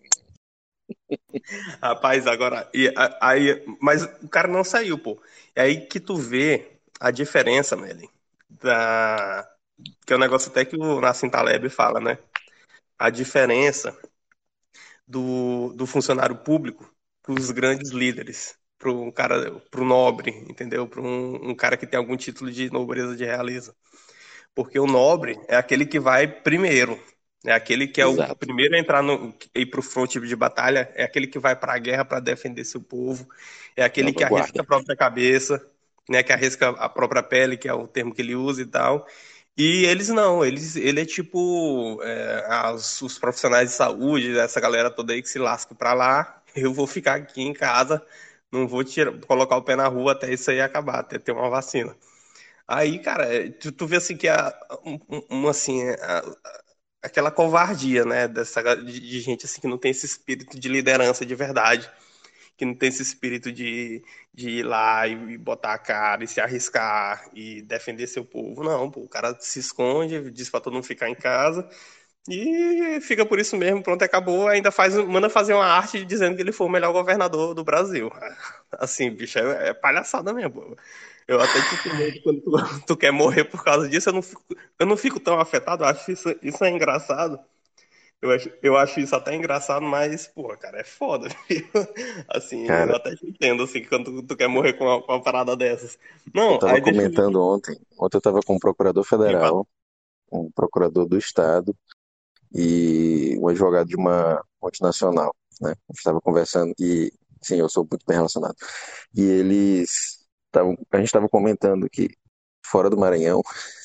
rapaz, agora. E, a- aí, mas o cara não saiu, pô. É aí que tu vê a diferença, Melly, da. Que é um negócio até que o Nassim Taleb fala, né? A diferença do, do funcionário público para os grandes líderes, para um cara, para o nobre, entendeu? Para um, um cara que tem algum título de nobreza, de realeza. Porque o nobre é aquele que vai primeiro, é aquele que é o Exato. primeiro a entrar no, ir para o fronte de batalha, é aquele que vai para a guerra para defender seu povo, é Na aquele que arrisca vanguarda. a própria cabeça, né, que arrisca a própria pele, que é o termo que ele usa e tal. E eles não, eles, ele é tipo é, as, os profissionais de saúde, essa galera toda aí que se lasca pra lá. Eu vou ficar aqui em casa, não vou tirar, colocar o pé na rua até isso aí acabar, até ter uma vacina. Aí, cara, é, tu, tu vê assim que a, um, um, um, assim, é, a- a- aquela covardia, né, dessa, de, de gente assim que não tem esse espírito de liderança de verdade, que não tem esse espírito de, de ir lá e botar a cara e se arriscar e defender seu povo. Não, pô, o cara se esconde, diz pra todo mundo ficar em casa e fica por isso mesmo, pronto, acabou. Ainda faz, manda fazer uma arte dizendo que ele foi o melhor governador do Brasil. Assim, bicho, é, é palhaçada mesmo, pô. Eu até te entendo quando tu, tu quer morrer por causa disso, eu não fico, eu não fico tão afetado, eu acho isso, isso é engraçado. Eu acho, eu acho isso até engraçado, mas, pô, cara, é foda, viu? Assim, eu Cara, até te entendo, assim, quando tu, tu quer morrer com uma, com uma parada dessas. eu Não, tava aí deixa eu comentando ontem. Ontem eu tava com um procurador me falar. federal, um procurador do estado e um advogado de uma multinacional, né? A gente tava conversando e, sim, eu sou muito bem relacionado. E eles estavam, a gente tava comentando que fora do Maranhão,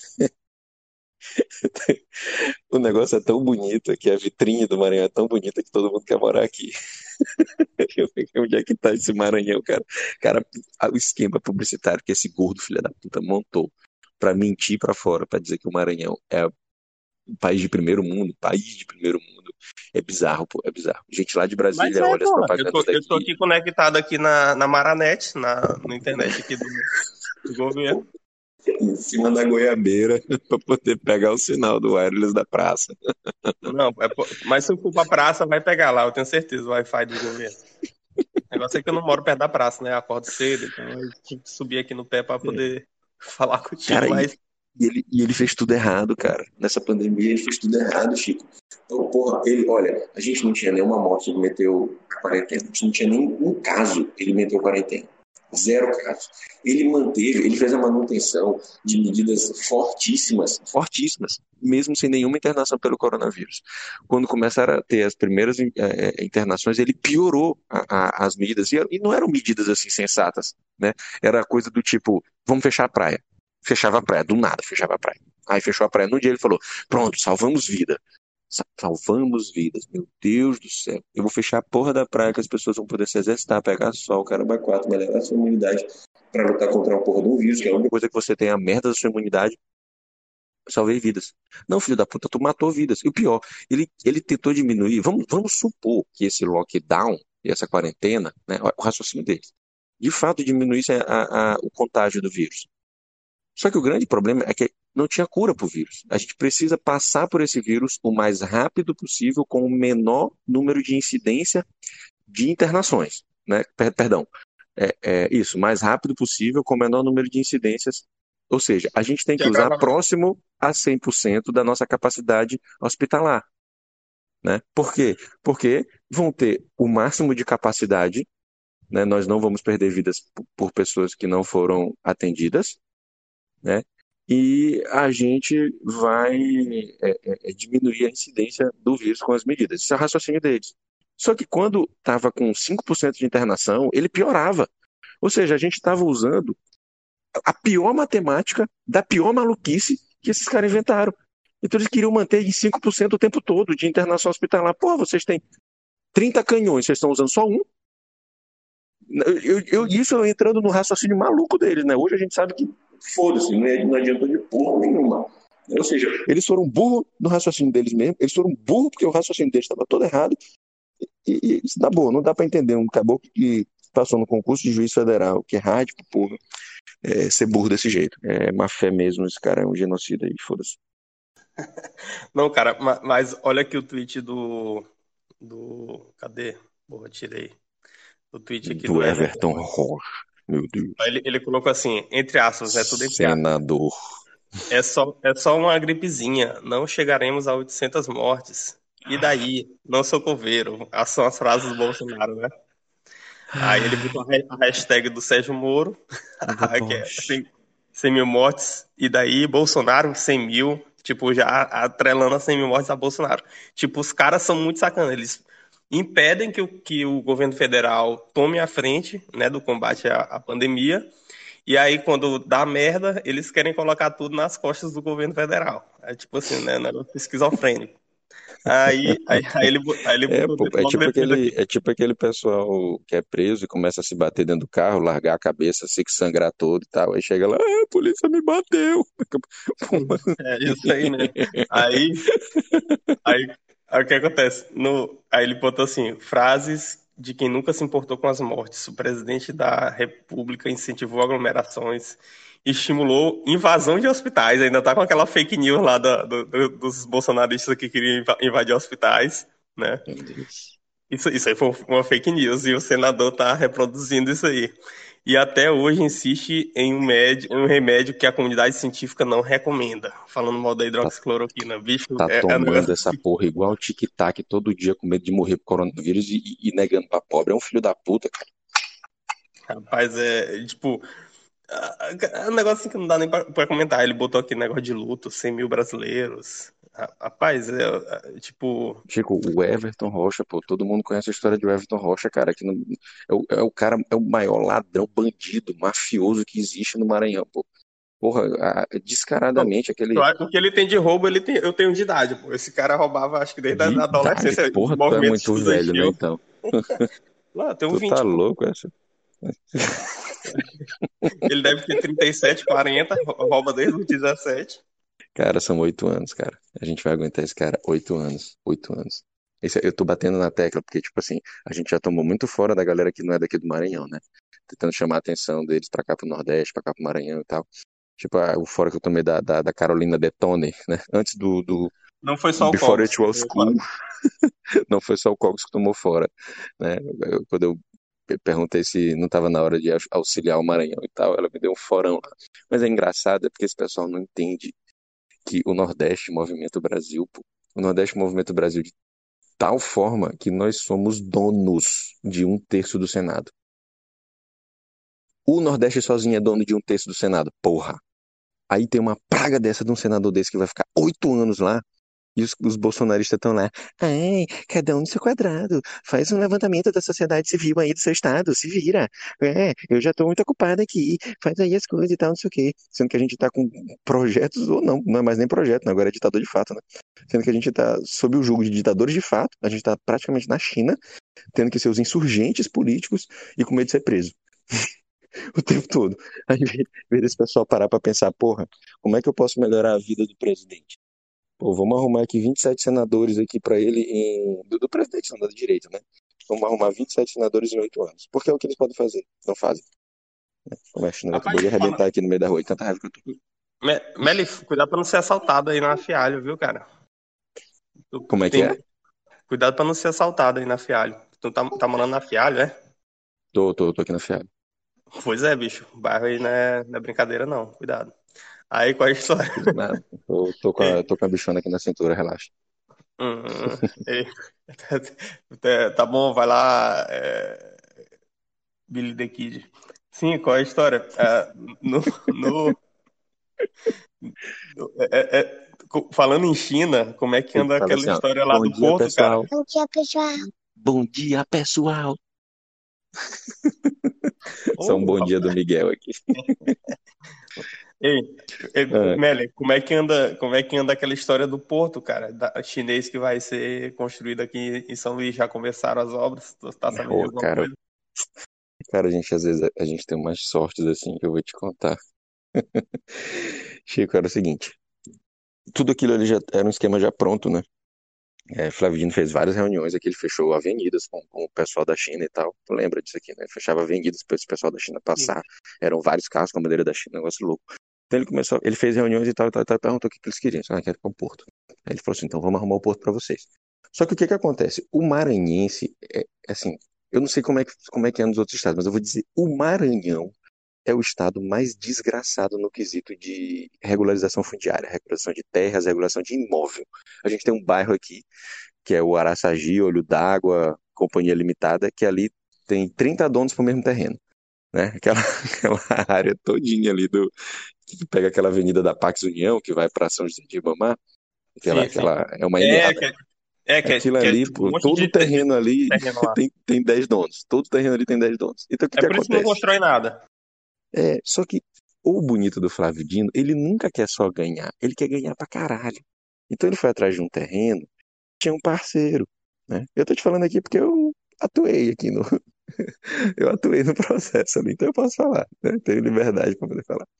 o negócio é tão bonito, que a vitrine do Maranhão é tão bonita que todo mundo quer morar aqui. Eu fiquei, onde é que tá esse Maranhão, cara? Cara, o esquema publicitário que esse gordo filho da puta montou pra mentir pra fora, pra dizer que o Maranhão é um país de primeiro mundo, país de primeiro mundo, é bizarro, pô, é bizarro. Gente lá de Mas Brasília é, olha as porra, eu propagandas tô, eu tô daqui. aqui conectado aqui na, na Maranet, na, na internet aqui do, do governo. Em cima da goiabeira pra poder pegar o sinal do wireless da praça. Não, é, po- mas se eu for pra praça, vai pegar lá, eu tenho certeza, o Wi-Fi do governo. O negócio é que eu não moro perto da praça, né? Eu acordo cedo, então eu tive que subir aqui no pé pra poder falar contigo, Cara, e, mas e ele, e ele fez tudo errado, cara. Nessa pandemia ele fez tudo errado, Chico. Então, porra, ele, olha, a gente não tinha nenhuma morte, ele meteu a quarentena. A gente não tinha nenhum caso, ele meteu quarentena. Zero casos. Ele manteve, ele fez a manutenção de medidas fortíssimas, fortíssimas, mesmo sem nenhuma internação pelo coronavírus. Quando começaram a ter as primeiras eh, internações, ele piorou a- a- as medidas. E, e não eram medidas assim sensatas, né? Era coisa do tipo, vamos fechar a praia. Fechava a praia, do nada fechava a praia. Aí fechou a praia. No dia ele falou, pronto, salvamos vida. Salvamos vidas, meu Deus do céu. Eu vou fechar a porra da praia que as pessoas vão poder se exercitar, pegar sol, caramba, quatro, melhorar a sua imunidade pra lutar contra uma porra de um vírus, que é a única coisa que você tem é a merda da sua imunidade. Salvei vidas. Não, filho da puta, tu matou vidas. E o pior, ele, ele tentou diminuir. Vamos, vamos supor que esse lockdown e essa quarentena, né, o raciocínio deles, de fato diminuísse a, a, a, o contágio do vírus. Só que o grande problema é que não tinha cura para o vírus. A gente precisa passar por esse vírus o mais rápido possível, com o menor número de incidência de internações. Né? Per- Perdão. É, é isso, o mais rápido possível, com o menor número de incidências. Ou seja, a gente tem De que usar agravamento. próximo a cem por cento da nossa capacidade hospitalar. Né? Por quê? Porque vão ter o máximo de capacidade, né? Nós não vamos perder vidas p- por pessoas que não foram atendidas, né? E a gente vai é, é, é, diminuir a incidência do vírus com as medidas. Esse é o raciocínio deles. Só que quando estava com cinco por cento de internação, ele piorava. Ou seja, a gente estava usando a pior matemática da pior maluquice que esses caras inventaram. Então eles queriam manter em cinco por cento o tempo todo de internação hospitalar. Pô, vocês têm trinta canhões, vocês estão usando só um? Eu, eu, isso eu entrando no raciocínio maluco deles, né? Hoje a gente sabe que foda-se, não, é- não adiantou de porra nenhuma. Ou seja, eles foram burros no raciocínio deles mesmo, eles foram burros porque o raciocínio deles estava todo errado, e, e isso dá boa, não dá para entender um caboclo que passou no concurso de juiz federal, que é rádio pro porra, é, ser burro desse jeito. É má fé mesmo, esse cara é um genocida aí, foda-se. Não, cara, ma- mas olha aqui o tweet do. Do. Cadê? Porra, tirei. O tweet aqui Do do Everton. Everton Rocha, meu Deus. Ele, ele colocou assim, entre aspas, né? Tudo entre aspas. Senador. É só, é só uma gripezinha. Não chegaremos a oitocentas mortes. E daí? Não sou coveiro. Essas são as frases do Bolsonaro, né? Aí ele botou a ha- a hashtag do Sérgio Moro, Água que é Bosch. cem, cem mil mortes. E daí Bolsonaro, cem mil. Tipo, já atrelando a cem mil mortes a Bolsonaro. Tipo, os caras são muito sacanas. Eles impedem que o, que o governo federal tome a frente, né, do combate à, à pandemia. E aí, quando dá merda, eles querem colocar tudo nas costas do governo federal. É tipo assim, né? Um negócio esquizofrênico. Aí, aí, aí ele, bo- aí ele É, botou pô, de- é logo tipo depois aquele, aqui. é tipo aquele pessoal que é preso e começa a se bater dentro do carro, largar a cabeça, se sangrar todo e tal. Aí chega lá, ah, a polícia me bateu. É isso aí mesmo. Aí, aí, aí o que acontece? No, aí ele botou assim: frases de quem nunca se importou com as mortes. O presidente da República incentivou aglomerações, estimulou invasão de hospitais. Ainda tá com aquela fake news lá da- do- do- dos bolsonaristas que queriam inva- invadir hospitais, né? Meu Deus. Isso, isso aí foi uma fake news e o senador tá reproduzindo isso aí. E até hoje insiste em um, médio, em um remédio que a comunidade científica não recomenda. Falando mal da Tá, hidroxicloroquina. Bicho, tá é, é um tomando negócio. essa porra igual o tic-tac todo dia com medo de morrer por coronavírus e, e- e negando pra pobre. É um filho da puta, cara. Rapaz, é tipo. É um negócio assim que não dá nem pra, pra comentar. Ele botou aqui negócio de luto, cem mil brasileiros. Ra- Rapaz, é, é, tipo. Chico, o Everton Rocha, pô, todo mundo conhece a história do Everton Rocha, cara, que não, é, o, é o cara, é o maior ladrão, bandido, mafioso que existe no Maranhão, pô. Porra, a- Não, descaradamente, eu aquele. acho que o que ele tem de roubo, ele tem, eu tenho de idade, pô. Esse cara roubava, acho que desde De a idade, adolescência, porra, tu é movimentos muito velho, né, estudantil. então? Não, tem um Tu tá vinte. louco, essa? Ele deve ter trinta e sete, quarenta, rouba desde os dezessete. Cara, são oito anos, cara. A gente vai aguentar esse cara oito anos, oito anos. Esse- eu tô batendo na tecla, porque, tipo assim, a gente já tomou muito fora da galera que não é daqui do Maranhão, né? Tentando chamar a atenção deles pra cá pro Nordeste, pra cá pro Maranhão e tal. Tipo, ah, o fora que eu tomei da, da, da Carolina Detone, né? Antes do, do Não foi só o Before Cogos It que Was tomou fora. Cool, não foi só o Cogos que tomou fora, né? Eu- quando eu pe- perguntei se não estava na hora de aux- auxiliar o Maranhão e tal, ela me deu um forão lá. Mas é engraçado, é porque esse pessoal não entende que o Nordeste movimenta o Brasil, pô. O Nordeste movimenta o Brasil de tal forma que nós somos donos de um terço do Senado. O Nordeste sozinho é dono de um terço do Senado, porra. Aí tem uma praga dessa de um senador desse que vai ficar oito anos lá. E os, os bolsonaristas estão lá. Ai, cada um no seu quadrado. Faz um levantamento da sociedade civil aí do seu estado. Se vira. É, eu já tô muito ocupada aqui. Faz aí as coisas e tal, não sei o quê. Sendo que a gente tá com projetos, ou não, não é mais nem projeto, né? Agora é ditador de fato, né? Sendo que a gente tá sob o jugo de ditadores de fato. A gente tá praticamente na China, tendo que ser os insurgentes políticos e com medo de ser preso. O tempo todo. Aí, em vez desse pessoal parar pra pensar, porra, como é que eu posso melhorar a vida do presidente? Pô, vamos arrumar aqui vinte e sete senadores aqui para ele em... do, do presidente, não da direita, né? Vamos arrumar vinte e sete senadores em oito anos. Porque é o que eles podem fazer. Não fazem. Como a China acabou Rapaz, de fala- arrebentar aqui no meio da rua. E tanta raiva que eu tô. Me- Meli, cuidado pra não ser assaltado aí na Fialho, viu, cara? Tu, Como tu é que tem... é? Cuidado pra não ser assaltado aí na Fialho. Tu tá, tá morando na Fialho, é? Tô, tô, tô aqui na Fiab. Pois é, bicho. O bairro aí não é, não é brincadeira, não. Cuidado. Aí, qual é a história? Fiz nada. Tô, tô, com a, Ei, tô com a bichona aqui na cintura, relaxa. hum, ei, tá, tá bom, vai lá, é, Billy the Kid. Sim, qual é a história? É, no, no, no- é- é- co- falando em China, como é que Ele anda fala aquela assim, ó. história lá Bom do dia, Porto, cara? pessoal. Bom dia, pessoal. Bom dia, pessoal. Só um Ô, bom dia do rapaz. Miguel aqui. Ei, ei, Ah, Melly, como é que anda, como é que anda aquela história do Porto, cara, da, chinês que vai ser construído aqui em São Luís? Já começaram as obras? Tu tá sabendo de ô, alguma cara, coisa? cara, a gente às vezes a gente tem umas sortes assim que eu vou te contar. Chico, era o seguinte. Tudo aquilo ali já era um esquema já pronto, né? É, Flávio Dino fez várias reuniões aqui, ele fechou avenidas com, com o pessoal da China e tal. Tu lembra disso aqui, né? Ele fechava avenidas para esse pessoal da China Sim. passar. Eram vários carros com a bandeira da China, um negócio louco. Então ele começou, ele fez reuniões e tal, e tal, e tal, e perguntou o que, que eles queriam. Ah, quero para um porto. Aí ele falou assim, então vamos arrumar o porto para vocês. Só que o que que acontece? O maranhense, é, é assim, eu não sei como é, que, como é que é nos outros estados, mas eu vou dizer, o Maranhão é o estado mais desgraçado no quesito de regularização fundiária, regularização de terras, regulação de imóvel. A gente tem um bairro aqui, que é o Araçagi, Olho d'Água, Companhia Limitada, que ali tem trinta donos para o mesmo terreno, né? Aquela, aquela área todinha ali do que pega aquela avenida da Pax União, que vai para São José de Ribamar, aquela, Sim, sim. aquela é uma É, eneada. que é, é, que é, Aquilo que é ali, tipo um pô, monte todo o de, te- de terreno ali terreno lá. tem, tem dez donos. Todo o terreno ali tem dez donos. Então o que É que por isso que não acontece? constrói nada. É, só que o bonito do Flávio Dino, ele nunca quer só ganhar, ele quer ganhar pra caralho. Então ele foi atrás de um terreno, tinha um parceiro, né? Eu tô te falando aqui porque eu atuei aqui no, eu atuei no processo ali, então eu posso falar, né? Tenho liberdade para poder falar.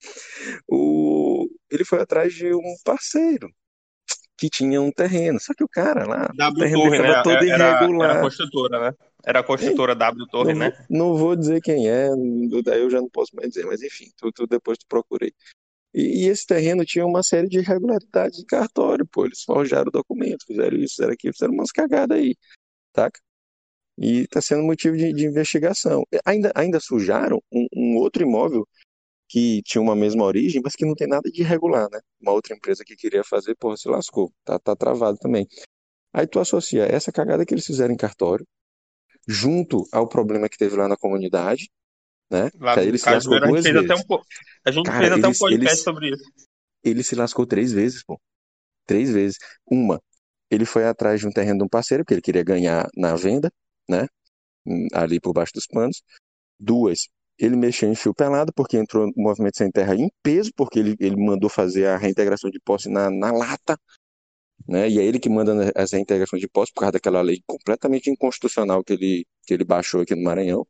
O, ele foi atrás de um parceiro que tinha um terreno, só que o cara lá, o W terreno dele Torre, né? estava todo É- Era, era a irregular. construtora, né? Era a E construtora W Torre, não, né? vou- não vou dizer quem é, daí eu já não posso mais dizer, mas enfim, tu, tu depois tu procurei. E, e esse terreno tinha uma série de irregularidades de cartório, pô. Eles forjaram o documento, fizeram isso, fizeram aquilo, fizeram umas cagadas aí, tá? E está sendo motivo de, de investigação. Ainda, ainda sujaram um, um outro imóvel que tinha uma mesma origem, mas que não tem nada de irregular, né? Uma outra empresa que queria fazer, porra, se lascou. Tá, tá travado também. Aí tu associa essa cagada que eles fizeram em cartório, junto ao problema que teve lá na comunidade, né? Lá Que aí do ele se lascou Cajueiro, a gente duas fez até um, vezes. po- a gente Cara, fez até um eles, podcast eles, sobre isso. ele se lascou três vezes, pô. Três vezes. Uma, ele foi atrás de um terreno de um parceiro, porque ele queria ganhar na venda, né? Hum, Ali por baixo dos panos. Duas, ele mexeu em fio pelado, porque entrou no Movimento Sem Terra em peso, porque ele, ele mandou fazer a reintegração de posse na, na lata, né? E é ele que manda essa reintegração de posse por causa daquela lei completamente inconstitucional que ele, que ele baixou aqui no Maranhão.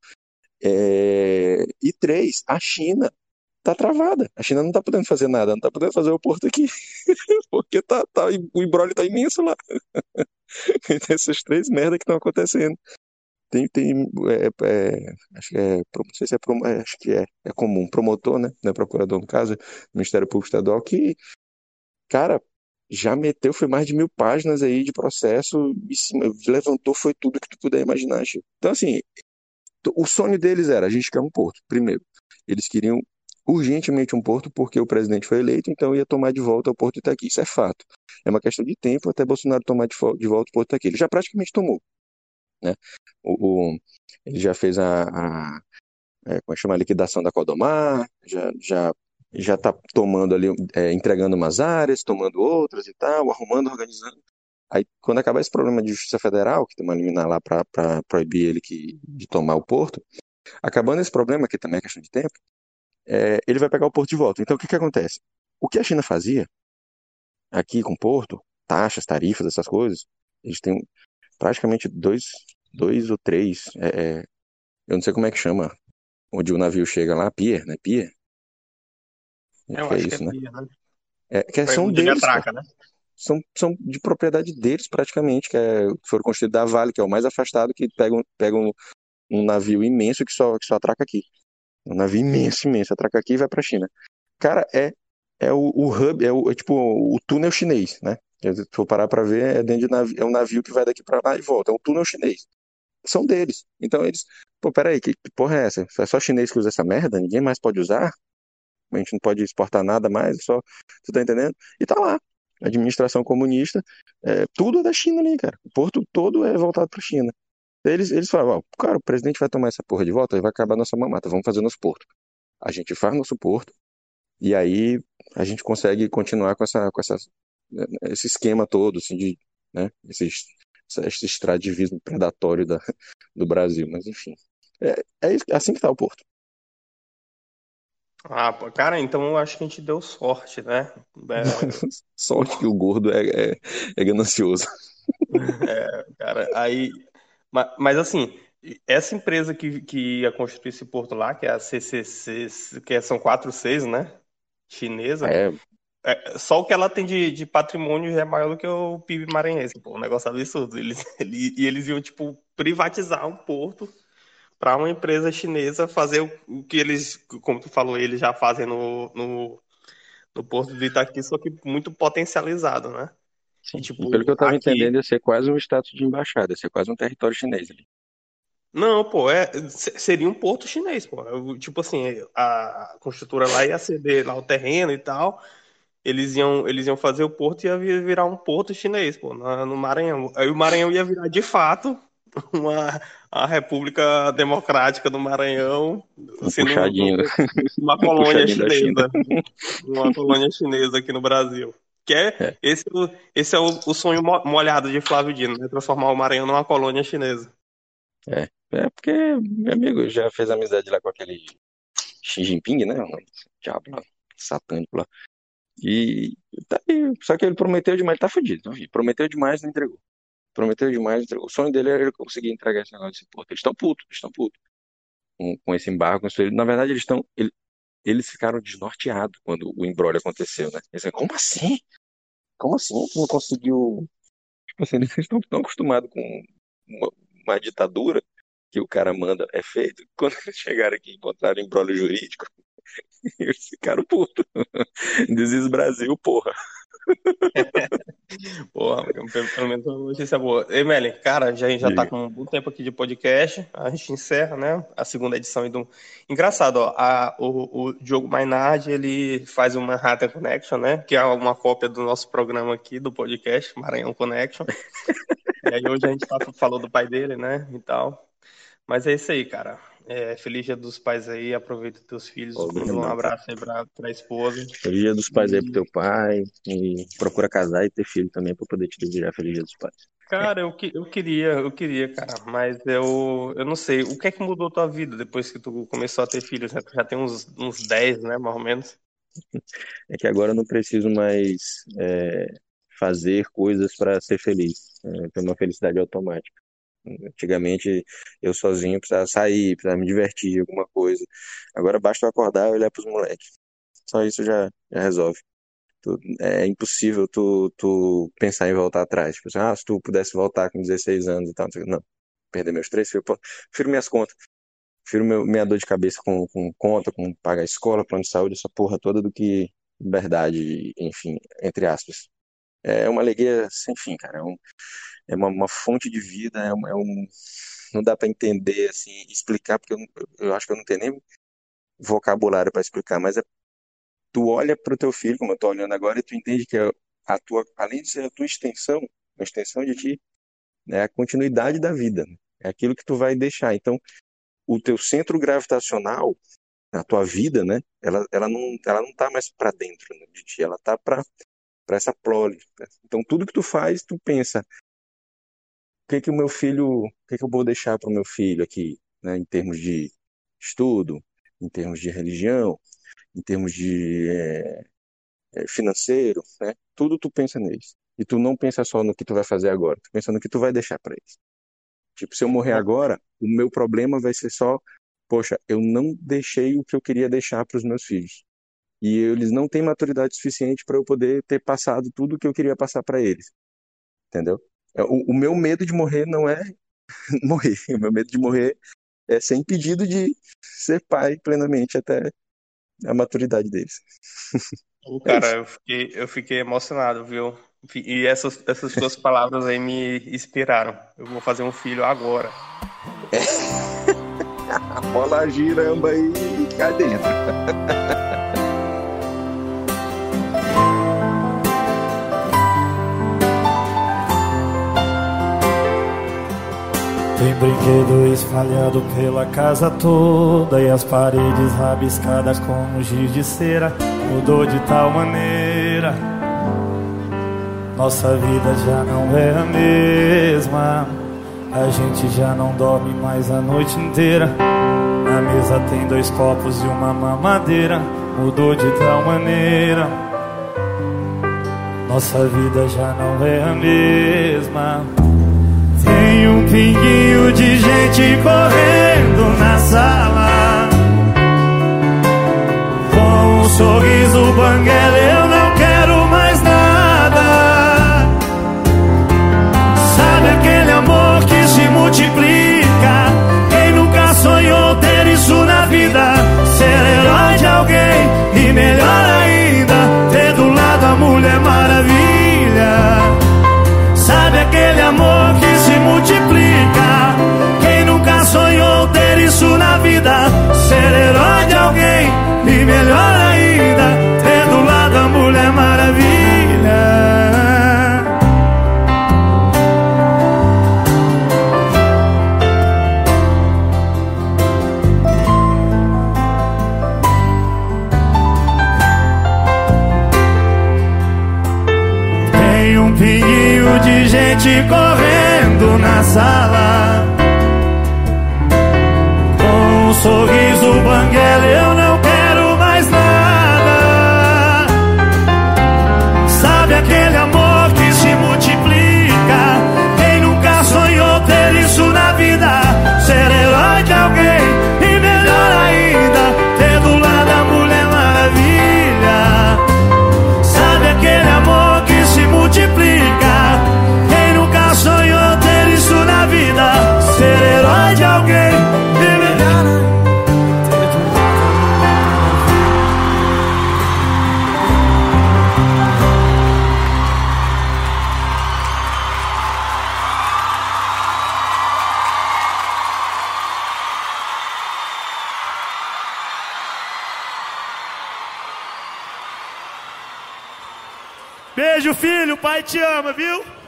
É... E três, a China tá travada. A China não tá podendo fazer nada, não tá podendo fazer o porto aqui, porque tá, tá, o embrólio tá imenso lá. Tem essas três merdas que estão acontecendo. Tem, tem é, é, acho que é, não sei se é, promo- é, acho que é, é comum, promotor, né, não é procurador no caso, Ministério Público Estadual, que, cara, já meteu, foi mais de mil páginas aí de processo, e se levantou, foi tudo que tu puder imaginar, Chico. Então, assim, t- o sonho deles era, a gente quer um porto, primeiro. Eles queriam urgentemente um porto porque o presidente foi eleito, então ia tomar de volta o Porto Itaqui, isso é fato. É uma questão de tempo até Bolsonaro tomar de, fo- de volta o Porto Itaqui. Ele já praticamente tomou, né? O, o- ele já fez a, a é, como é que chama, a liquidação da Codomar, já já já está tomando ali, é, entregando umas áreas, tomando outras e tal, arrumando, organizando. Aí, quando acabar esse problema de Justiça Federal, que tem uma liminar lá para proibir ele que, de tomar o porto, acabando esse problema, que também é questão de tempo, é, ele vai pegar o porto de volta. Então, o que que acontece? O que a China fazia aqui com o porto, taxas, tarifas, essas coisas, eles têm praticamente dois, dois ou três, é, é, eu não sei como é que chama, onde o navio chega lá, pier, né? Pier? Eu Que é acho que é isso, né? pia, né? É, que Foi são onde ele deles, cara. atraca, né? São, são de propriedade deles, praticamente, que, é, que foram construídos da Vale, que é o mais afastado, que pega, um, pega um, um navio imenso que só, que só atraca aqui. Um navio imenso, imenso, atraca aqui e vai pra China. Cara, é, é o, o hub, é, o, é tipo o túnel chinês, né? Se for parar pra ver, é dentro de navio, é um navio que vai daqui pra lá e volta. É um túnel chinês. São deles. Então eles, pô, peraí, que, que porra é essa? É só chinês que usa essa merda? Ninguém mais pode usar? A gente não pode exportar nada mais, só. Tu tá entendendo? E tá lá. Administração comunista, é, tudo é da China ali, cara. O porto todo é voltado pra China. Eles, eles falam, ó, cara, o presidente vai tomar essa porra de volta e vai acabar nossa mamata, vamos fazer nosso porto. A gente faz nosso porto e aí a gente consegue continuar com essa, com essa, esse esquema todo, assim, de, né, esse, esse extrativismo predatório da, do Brasil, mas enfim. É, é isso- é assim que tá o porto. Ah, pô, cara, então eu acho que a gente deu sorte, né? É, Sorte que o gordo é, é, é ganancioso. é, cara, aí. Mas, mas assim, essa empresa que, que ia construir esse porto lá, que é a C C C, que são quatro seis, né? Chinesa, É, é, só o que ela tem de, de patrimônio já é maior do que o P I B maranhense, pô, um negócio absurdo. Eles, ele- e eles iam, tipo, privatizar um porto para uma empresa chinesa fazer o, o que eles, como tu falou, eles já fazem no, no, no porto de Itaqui, só que muito potencializado, né? E, sim. E pelo que tipo, eu tava entendendo, aqui. ia ser quase um status de embaixada, ia ser quase um território chinês ali. Não, pô, é, se- seria um porto chinês, pô. Eu, tipo assim, a construtora lá ia ceder lá o terreno e tal. Eles iam, eles iam fazer o porto e ia vi- virar um porto chinês, pô, na- no Maranhão. Aí o Maranhão ia virar, de fato, uma, a República Democrática do Maranhão, Um sendo um- puxadinho, uma um colônia puxadinho da China. chinesa. Uma colônia chinesa aqui no Brasil. Que é, É, esse, é o- esse é o, o sonho mo- molhado de Flávio Dino, né? Transformar o Maranhão numa colônia chinesa. é. É porque, meu amigo, já fez amizade lá com aquele Xi Jinping, né? Um diabo lá, satânico lá. E tá aí. Só que ele prometeu demais, ele tá fudido, não vi. Prometeu demais, não entregou. Prometeu demais, entregou. O sonho dele era ele conseguir entregar esse negócio desse porto. Eles estão putos, eles estão putos com, com esse embargo, com isso. Ele- Na verdade, eles estão. Ele- eles ficaram desnorteados quando o embrólio aconteceu, né? Eles falaram, como assim? Como assim? Tu não conseguiu. Tipo assim, eles estão tão acostumados com uma, uma ditadura que o cara manda, é feito. Quando eles chegaram aqui e encontraram embrólio jurídico, eles ficaram putos. This is Brasil, porra. Porra, pelo pelo menos uma notícia boa. Emelly, cara, já, já tá Diga. com um bom tempo aqui de podcast. A gente encerra, né? A segunda edição aí do. Engraçado, ó. A, o, o Diogo Mainardi, ele faz uma Manhattan Connection, né? Que é uma cópia do nosso programa aqui, do podcast, Maranhão Connection. E aí hoje a gente tá, falou do pai dele, né? E tal. Mas é isso aí, cara. É, feliz Dia dos Pais aí. Aproveita os teus filhos. Manda um Obrigadão, cara. abraço aí pra, pra esposa. Feliz dia dos pais aí pro E teu pai. E procura casar e ter filho também pra poder te desejar feliz dia dos pais. cara, eu, que- eu queria, eu queria, cara, mas eu, eu não sei. O que é que mudou tua vida depois que tu começou a ter filhos, né? Tu já tem uns, uns dez, né, mais ou menos. É que agora eu não preciso mais é, fazer coisas para ser feliz. É, ter uma felicidade automática. Antigamente eu sozinho precisava sair, precisava me divertir, alguma coisa. Agora basta eu acordar e olhar pros moleques. Só isso já, já resolve. Tu- é impossível tu, tu pensar em voltar atrás. Tipo assim, ah, se tu pudesse voltar com dezesseis anos e tal. Não, sei o quê. Não. Perder meus três filhos. Pô, prefiro minhas contas. Prefiro meu, minha dor de cabeça com, com conta, com pagar escola, plano de saúde, essa porra toda, do que liberdade, enfim, entre aspas. É uma alegria sem fim, cara. É, um, é uma, uma fonte de vida, é um, é um- não dá pra entender, assim, explicar, porque eu, não- eu acho que eu não tenho nem vocabulário pra explicar, mas é, tu olha pro teu filho, como eu tô olhando agora, e tu entende que é a tua, além de ser a tua extensão, uma extensão de ti, é a continuidade da vida, né? É aquilo que tu vai deixar. Então, o teu centro gravitacional na tua vida, né? Ela, ela não, ela não tá mais para dentro, né, de ti, ela tá para para essa prole. Então, tudo que tu faz, tu pensa, o que que o meu filho, o que que eu vou deixar para o meu filho aqui, né, em termos de estudo, em termos de religião, em termos de é, é, financeiro, né? Tudo tu pensa neles. E tu não pensa só no que tu vai fazer agora, tu pensa no que tu vai deixar para eles. Tipo, se eu morrer agora, o meu problema vai ser só, poxa, eu não deixei o que eu queria deixar para os meus filhos. E eles não têm maturidade suficiente para eu poder ter passado tudo o que eu queria passar para eles. Entendeu? É, O, o meu medo de morrer não é morrer. O meu medo de morrer é ser impedido de ser pai plenamente até a maturidade deles. Ô, É cara, isso. eu fiquei, eu fiquei emocionado, viu? Fi- E essas, essas suas palavras aí me inspiraram. Eu vou fazer um filho agora. A bola gira, amba aí e cai dentro. Tem brinquedo espalhado pela casa toda e as paredes rabiscadas com giz de cera. Mudou de tal maneira, nossa vida já não é a mesma. A gente já não dorme mais a noite inteira. Na mesa tem dois copos e uma mamadeira. Mudou de tal maneira, nossa vida já não é a mesma. Tem um pinguinho de gente correndo na sala, com um sorriso banguela, eu não quero mais nada. Sabe aquele amor que se multiplica? Quem nunca sonhou ter isso na vida? Ser herói de alguém e melhor ainda, ter do lado a Mulher Maravilha. Sabe aquele amor que se multiplica? Quem nunca sonhou ter isso na vida? Ser herói de alguém e melhor ainda, ter do lado a Mulher Maravilha. Tem um pinguinho de gente correndo na sala, com um sorriso banguela, eu não quero mais nada. Sabe aquele amor que se multiplica? Quem nunca sonhou ter isso na vida? Ser herói de alguém e melhor ainda, ter do lado a Mulher Maravilha. Sabe aquele amor que se multiplica? Quem nunca sonhou ter isso na vida? Ser herói de alguém e melhor ainda. Beijo, filho, o pai te ama, viu?